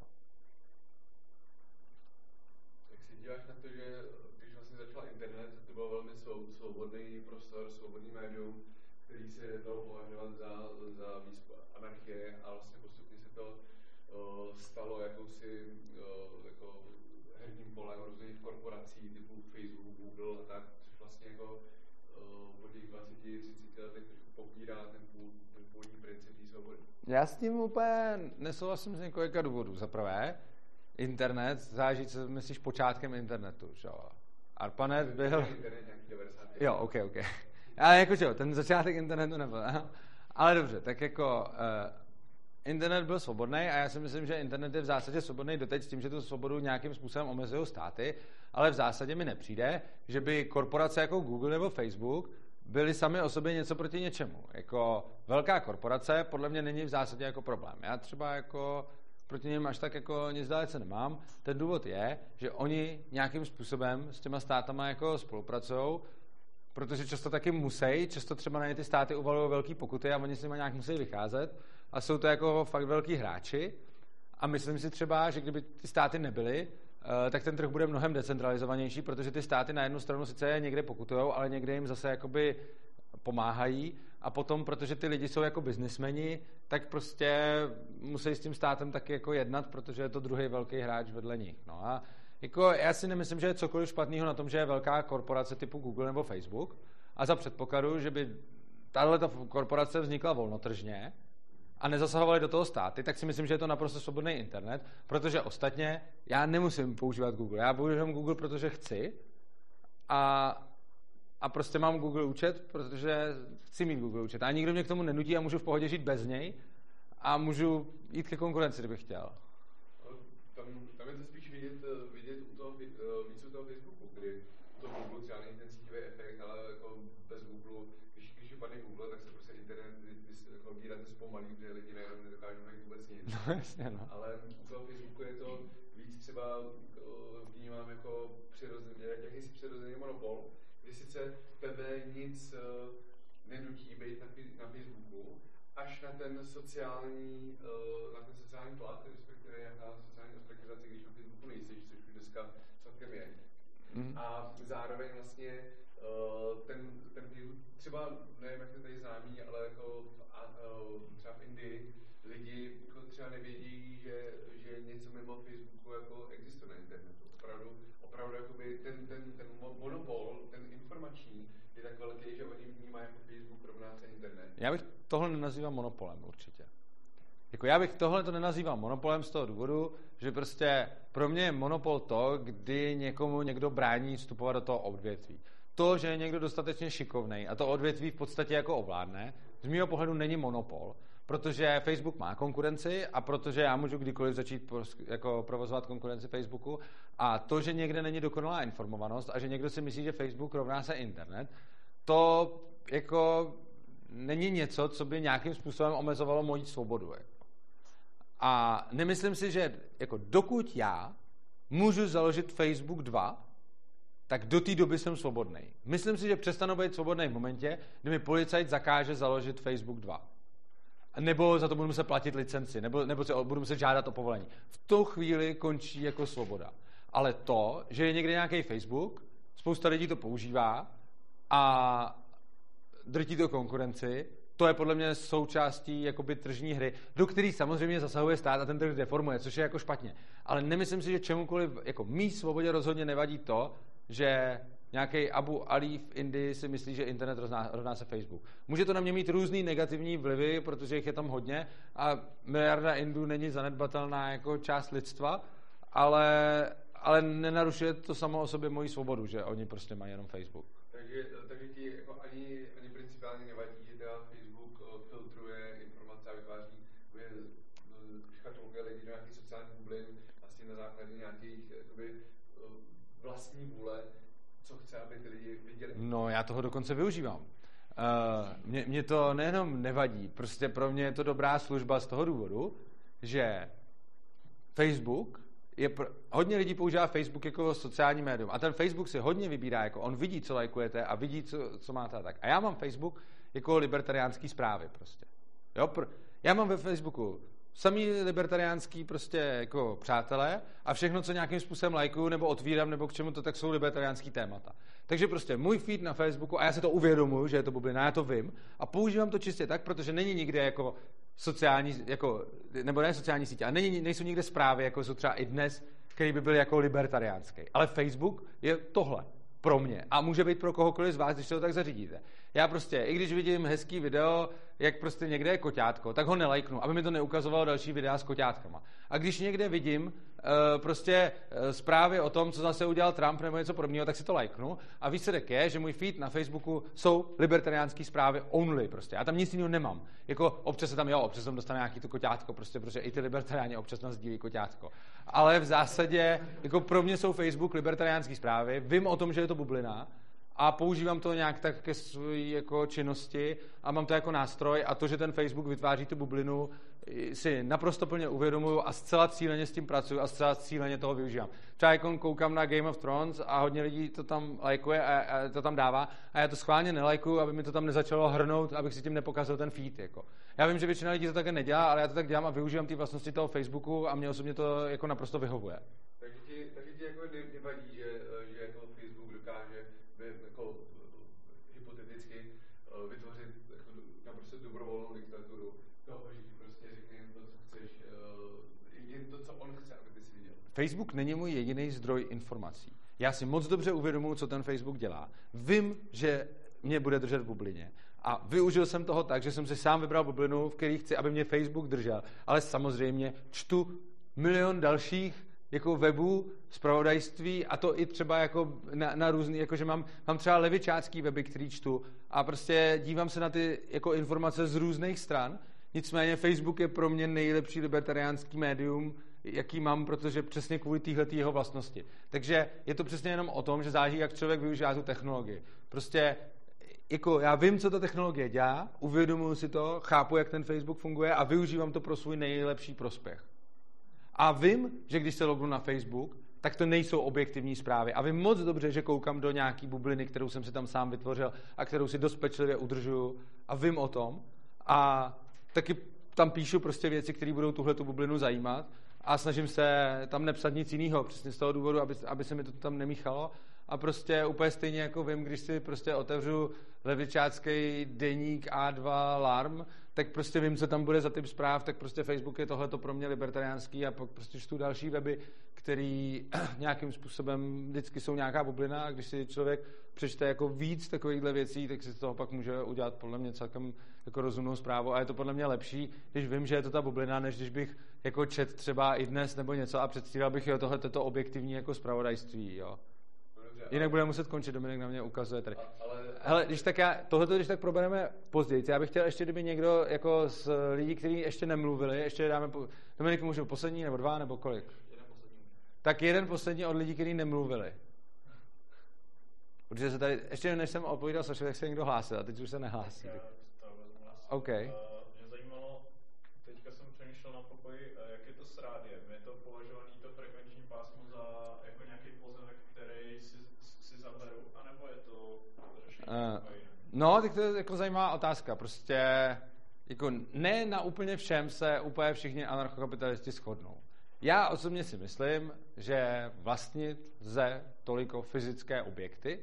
Jak si díváš na to, že když vlastně začal internet, to byl velmi svobodný prostor, svobodný médium, který se dalo považovat za výzkum anarchie a vlastně postupně se to stalo jakousi jako herním polem různých korporací typu Facebook, Google a tak, což vlastně jako po těch 20-30 letech trošku popírá ten původní princip té svobody. Já s tím úplně nesouhlasím z několika důvodů. Za prvé, internet, záleží, co myslíš počátkem internetu, že jo? ARPANET byl... Internet nějaký 90. Jo, ok. Ale jako čo, ten začátek internetu nebyl. Ale dobře, tak jako internet byl svobodný a já si myslím, že internet je v zásadě svobodný doteď s tím, že tu svobodu nějakým způsobem omezují státy, ale v zásadě mi nepřijde, že by korporace jako Google nebo Facebook byly sami o sobě něco proti něčemu. Jako velká korporace podle mě není v zásadě jako problém. Já třeba jako proti něm až tak jako nic dalece nemám. Ten důvod je, že oni nějakým způsobem s těma státama jako spolupracují, protože často taky musí, často třeba na ně ty státy uvalují velký pokuty a oni s nimi nějak musí vycházet a jsou to jako fakt velký hráči a myslím si třeba, že kdyby ty státy nebyly, tak ten trh bude mnohem decentralizovanější, protože ty státy na jednu stranu sice je někde pokutujou, ale někde jim zase jakoby pomáhají a potom, protože ty lidi jsou jako biznismeni, tak prostě musí s tím státem taky jako jednat, protože je to druhý velký hráč vedle nich. No a jako já si nemyslím, že je cokoliv špatného na tom, že je velká korporace typu Google nebo Facebook a za předpokladu, že by tato korporace vznikla volnotržně a nezasahovali do toho státy, tak si myslím, že je to naprosto svobodný internet, protože ostatně já nemusím používat Google. Já používám Google, protože chci a prostě mám Google účet, protože chci mít Google účet. A nikdo mě k tomu nenutí a můžu v pohodě žít bez něj a můžu jít ke konkurenci, kdybych chtěl. Tam je to spíš vidět u toho, víc u toho Facebooku, kdy u toho Google třeba není ten síťový efekt, ale jako bez Google, když upadne Google, tak se prostě internet jako výrazně zpomalí, protože lidi nejenom nedokážou najít vůbec nic. No, jasně, no. Ale u toho Facebooku je to víc třeba vnímám jako jakýsi přirozený monopol, kdy sice tebe nic nenutí být na Facebooku, až na ten sociální tlak, respektive nějaká sociální ostrakizace, když na Facebooku nejsi, což už dneska celkem je. A zároveň vlastně ten Facebook, třeba nevím, jak to tady známý, ale jako třeba v Indii lidi jako třeba nevědí, že něco mimo Facebooku jako existuje na internetu. Opravdu jakoby ten monopol, ten informační je tak velký, že oni vnímají jako Facebook rovná se internet. Já bych tohle nenazýval monopolem určitě. Jako já bych tohle to nenazýval monopolem z toho důvodu, že prostě pro mě je monopol to, kdy někomu někdo brání vstupovat do toho odvětví. To, že je někdo dostatečně šikovnej a to odvětví v podstatě jako ovládne, z mého pohledu není monopol, protože Facebook má konkurenci a protože já můžu kdykoliv začít jako provozovat konkurenci Facebooku a to, že někde není dokonalá informovanost a že někdo si myslí, že Facebook rovná se internet, to jako není něco, co by nějakým způsobem omezovalo moji svobodu. A nemyslím si, že jako dokud já můžu založit Facebook 2, tak do té doby jsem svobodný. Myslím si, že přestanu být svobodný v momentě, kdy mi policajt zakáže založit Facebook 2. Nebo za to budu muset platit licenci, nebo budu muset žádat o povolení. V tu chvíli končí jako svoboda. Ale to, že je někde nějaký Facebook, spousta lidí to používá a drtí to konkurenci, to je podle mě součástí jakoby tržní hry, do který samozřejmě zasahuje stát a ten trh deformuje, což je jako špatně. Ale nemyslím si, že čemukoliv, jako mý svobodě rozhodně nevadí to, že nějaký Abu Ali v Indii si myslí, že internet rovná se Facebook. Může to na mě mít různý negativní vlivy, protože jich je tam hodně a miliarda Indů není zanedbatelná jako část lidstva, ale nenarušuje to samo o sobě moji svobodu, že oni prostě mají jenom Facebook. Takže ti jako ani principiálně nevadí, že teda Facebook filtruje informace a vytváří škatulky lidi do nějakých sociálních bublin vlastně na základě nějakých jakoby, vlastní vůle, co chce, aby ty lidi viděli? No, já toho dokonce využívám. Mě to nejenom nevadí, prostě pro mě je to dobrá služba z toho důvodu, že Facebook hodně lidí používá Facebook jako sociální médium a ten Facebook si hodně vybírá, jako on vidí, co lajkujete a vidí, co máte a tak. A já mám Facebook jako libertariánský zprávy prostě. Jo, já mám ve Facebooku samý libertariánský prostě jako přátelé a všechno, co nějakým způsobem lajkuju nebo otvírám nebo k čemu to, tak jsou libertariánský témata. Takže prostě můj feed na Facebooku, a já si to uvědomuji, že je to bublina, já to vím a používám to čistě tak, protože není nikde jako sociální, jako, nebo ne sociální sítě, a nejsou nikde zprávy, jako jsou třeba i dnes, který by byl jako libertariánský. Ale Facebook je tohle pro mě a může být pro kohokoliv z vás, když se to tak zařídíte. Já prostě, i když vidím hezký video, jak prostě někde je koťátko, tak ho nelajknu, aby mi to neukazovalo další videa s koťátkama. A když někde vidím zprávy o tom, co zase udělal Trump nebo něco podobného, tak si to lajknu. A výsledek je, že můj feed na Facebooku jsou libertariánské zprávy only prostě. Já tam nic jiného nemám. Jako občas se tam, občas tam dostane nějaký to koťátko, prostě, protože i ty libertariáni občas nás sdílí koťátko. Ale v zásadě, jako pro mě jsou Facebook libertariánské zprávy, vím o tom, že je to bublina, a používám to nějak tak ke své jako činnosti a mám to jako nástroj a to, že ten Facebook vytváří tu bublinu, si naprosto plně uvědomuju a zcela cíleně s tím pracuju a zcela cíleně toho využívám. Třeba jako koukám na Game of Thrones a hodně lidí to tam lajkuje a to tam dává a já to schválně nelajkuju, aby mi to tam nezačalo hrnout, abych si tím nepokazil ten feed. Jako. Já vím, že většina lidí to také nedělá, ale já to tak dělám a využívám ty vlastnosti toho Facebooku a mě osobně to jako naprosto vyhovuje. Takže ti jako nevadí, že jako Facebook dokáže jako hypoteticky vytvořit jako naprosto dobrovolnou diktaturu toho, že ti prostě řekne jen to, co chceš, jen to, co on chce, aby ty si viděl. Facebook není můj jediný zdroj informací. Já si moc dobře uvědomuji, co ten Facebook dělá. Vím, že mě bude držet v bublině. A využil jsem toho tak, že jsem si sám vybral bublinu, v které chci, aby mě Facebook držel. Ale samozřejmě čtu milion dalších jako webů, zpravodajství a to i třeba jako na různý, jakože mám třeba levičácký weby, který čtu a prostě dívám se na ty jako informace z různých stran. Nicméně Facebook je pro mě nejlepší libertariánský médium, jaký mám, protože přesně kvůli téhletý jeho vlastnosti. Takže je to přesně jenom o tom, že záleží, jak člověk využívá tu technologii. Prostě jako já vím, co ta technologie dělá, uvědomuji si to, chápu, jak ten Facebook funguje a využívám to pro svůj nejlepší prospěch. A vím, že když se lognu na Facebook, tak to nejsou objektivní zprávy. A vím moc dobře, že koukám do nějaký bubliny, kterou jsem si tam sám vytvořil a kterou si dost pečlivě udržuju a vím o tom. A taky tam píšu prostě věci, které budou tuhletu bublinu zajímat a snažím se tam nepsat nic jiného, přesně z toho důvodu, aby se mi to tam nemíchalo. A prostě úplně stejně jako vím, když si prostě otevřu levičácký deník A2 Larm, tak prostě vím, co tam bude za typ zpráv, tak prostě Facebook je tohleto pro mě libertariánský a pak prostě čtu další weby, který nějakým způsobem vždycky jsou nějaká bublina a když si člověk přečte jako víc takovýchhle věcí, tak si z toho pak může udělat podle mě celkem jako rozumnou zprávu a je to podle mě lepší, když vím, že je to ta bublina, než když bych jako čet třeba i dnes nebo něco a předstíral bych tohleto objektivní jako zpravodajství, jo. Jinak budeme muset končit, Dominik na mě ukazuje tady. Hele, když tak probereme později. Já bych chtěl ještě, kdyby někdo jako z lidí, kteří ještě nemluvili, ještě dáme, Dominik, můžu poslední, nebo dva, nebo kolik? Jeden poslední. Tak jeden poslední od lidí, kteří nemluvili. Protože se tady, ještě než jsem odpovídal Sašovi, tak se někdo hlásil, a teď už se nehlásí. OK. Mě zajímalo, teďka jsem přemýšlel na pokoji, jak je to s rádiem. Je to považovaný to frekvenční pásmo za jako nějaký pozemek, který si zaberu, anebo je to řešení? No, tak to je jako zajímavá otázka. Prostě jako ne na úplně všem se úplně všichni anarchokapitalisti shodnou. Já osobně si myslím, že vlastnit lze toliko fyzické objekty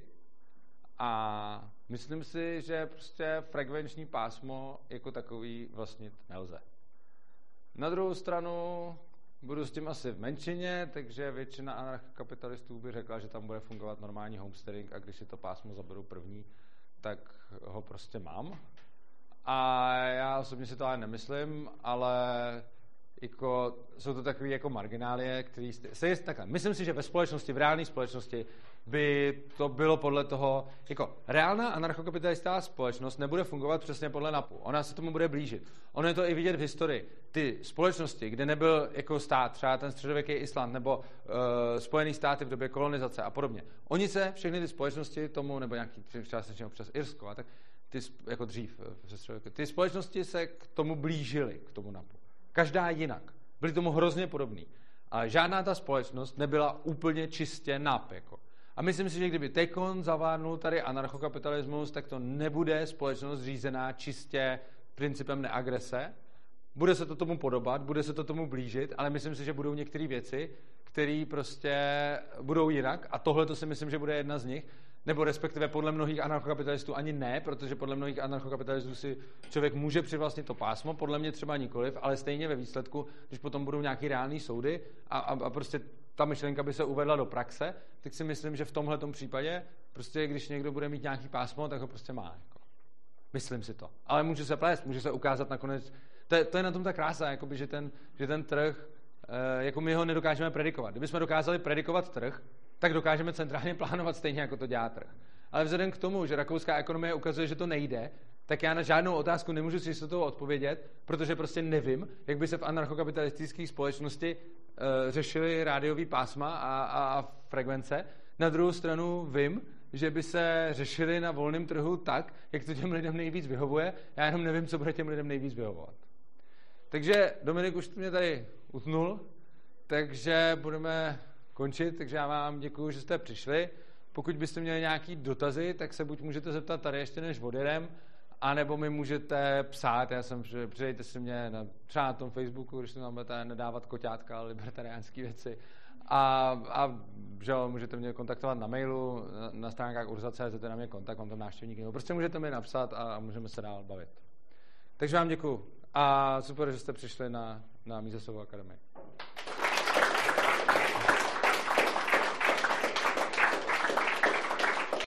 a myslím si, že prostě frekvenční pásmo jako takový vlastnit nelze. Na druhou stranu budu s tím asi v menšině, takže většina anarchokapitalistů by řekla, že tam bude fungovat normální homesteading a když si to pásmo zaberu první, tak ho prostě mám. A já osobně si to ale nemyslím, ale jako, jsou to takové jako marginálie, které takhle. Myslím si, že ve společnosti, v reálné společnosti by to bylo podle toho, jako reálná anarchokapitalistická společnost nebude fungovat přesně podle NAPu. Ona se tomu bude blížit. Ono je to i vidět v historii. Ty společnosti, kde nebyl jako stát, třeba ten středověký Island nebo Spojené státy v době kolonizace a podobně. Oni se, všechny ty společnosti tomu, nebo nějaký částečně občas Irsko a tak, ty, jako dřív, ty společnosti se k tomu blížily, k tomu NAPu. Každá jinak. Byly tomu hrozně podobný. Ale žádná ta společnost nebyla úplně čistě NAP. Jako. A myslím si, že kdyby tekon zavládnul tady anarchokapitalismus, tak to nebude společnost řízená čistě principem neagrese. Bude se to tomu podobat, bude se to tomu blížit, ale myslím si, že budou některé věci, které prostě budou jinak a tohle to si myslím, že bude jedna z nich. Nebo respektive podle mnohých anarchokapitalistů ani ne, protože podle mnohých anarchokapitalistů si člověk může přivlastnit to pásmo, podle mě třeba nikoliv, ale stejně ve výsledku, když potom budou nějaký reální soudy a prostě ta myšlenka by se uvedla do praxe, tak si myslím, že v tomhletom případě prostě když někdo bude mít nějaký pásmo, tak ho prostě má. Jako. Myslím si to. Ale může se plést, může se ukázat nakonec. To je na tom ta krása, jakoby, že ten trh, jako my ho nedokážeme predikovat. Kdybychom dokázali predikovat trh, tak dokážeme centrálně plánovat stejně, jako to dělá trh. Ale vzhledem k tomu, že rakouská ekonomie ukazuje, že to nejde, tak já na žádnou otázku nemůžu si s toho odpovědět, protože prostě nevím, jak by se v anarchokapitalistické společnosti řešily rádiový pásma a frekvence. Na druhou stranu vím, že by se řešily na volném trhu tak, jak to těm lidem nejvíc vyhovuje. Já jenom nevím, co bude těm lidem nejvíc vyhovovat. Takže Dominik už mě tady utnul, takže budeme končit, takže já vám děkuju, že jste přišli. Pokud byste měli nějaký dotazy, tak se buď můžete zeptat tady ještě než odjedem, anebo mi můžete psát, přidejte si mě třeba na tom Facebooku, když tam budete nedávat koťátka a libertariánské věci. A že můžete mě kontaktovat na mailu, na stránkách urza.cz, na mě kontakt, mám tam návštěvník, nebo prostě můžete mi napsat a můžeme se dál bavit. Takže vám děkuju a super, že jste přišli na Misesovou akademii.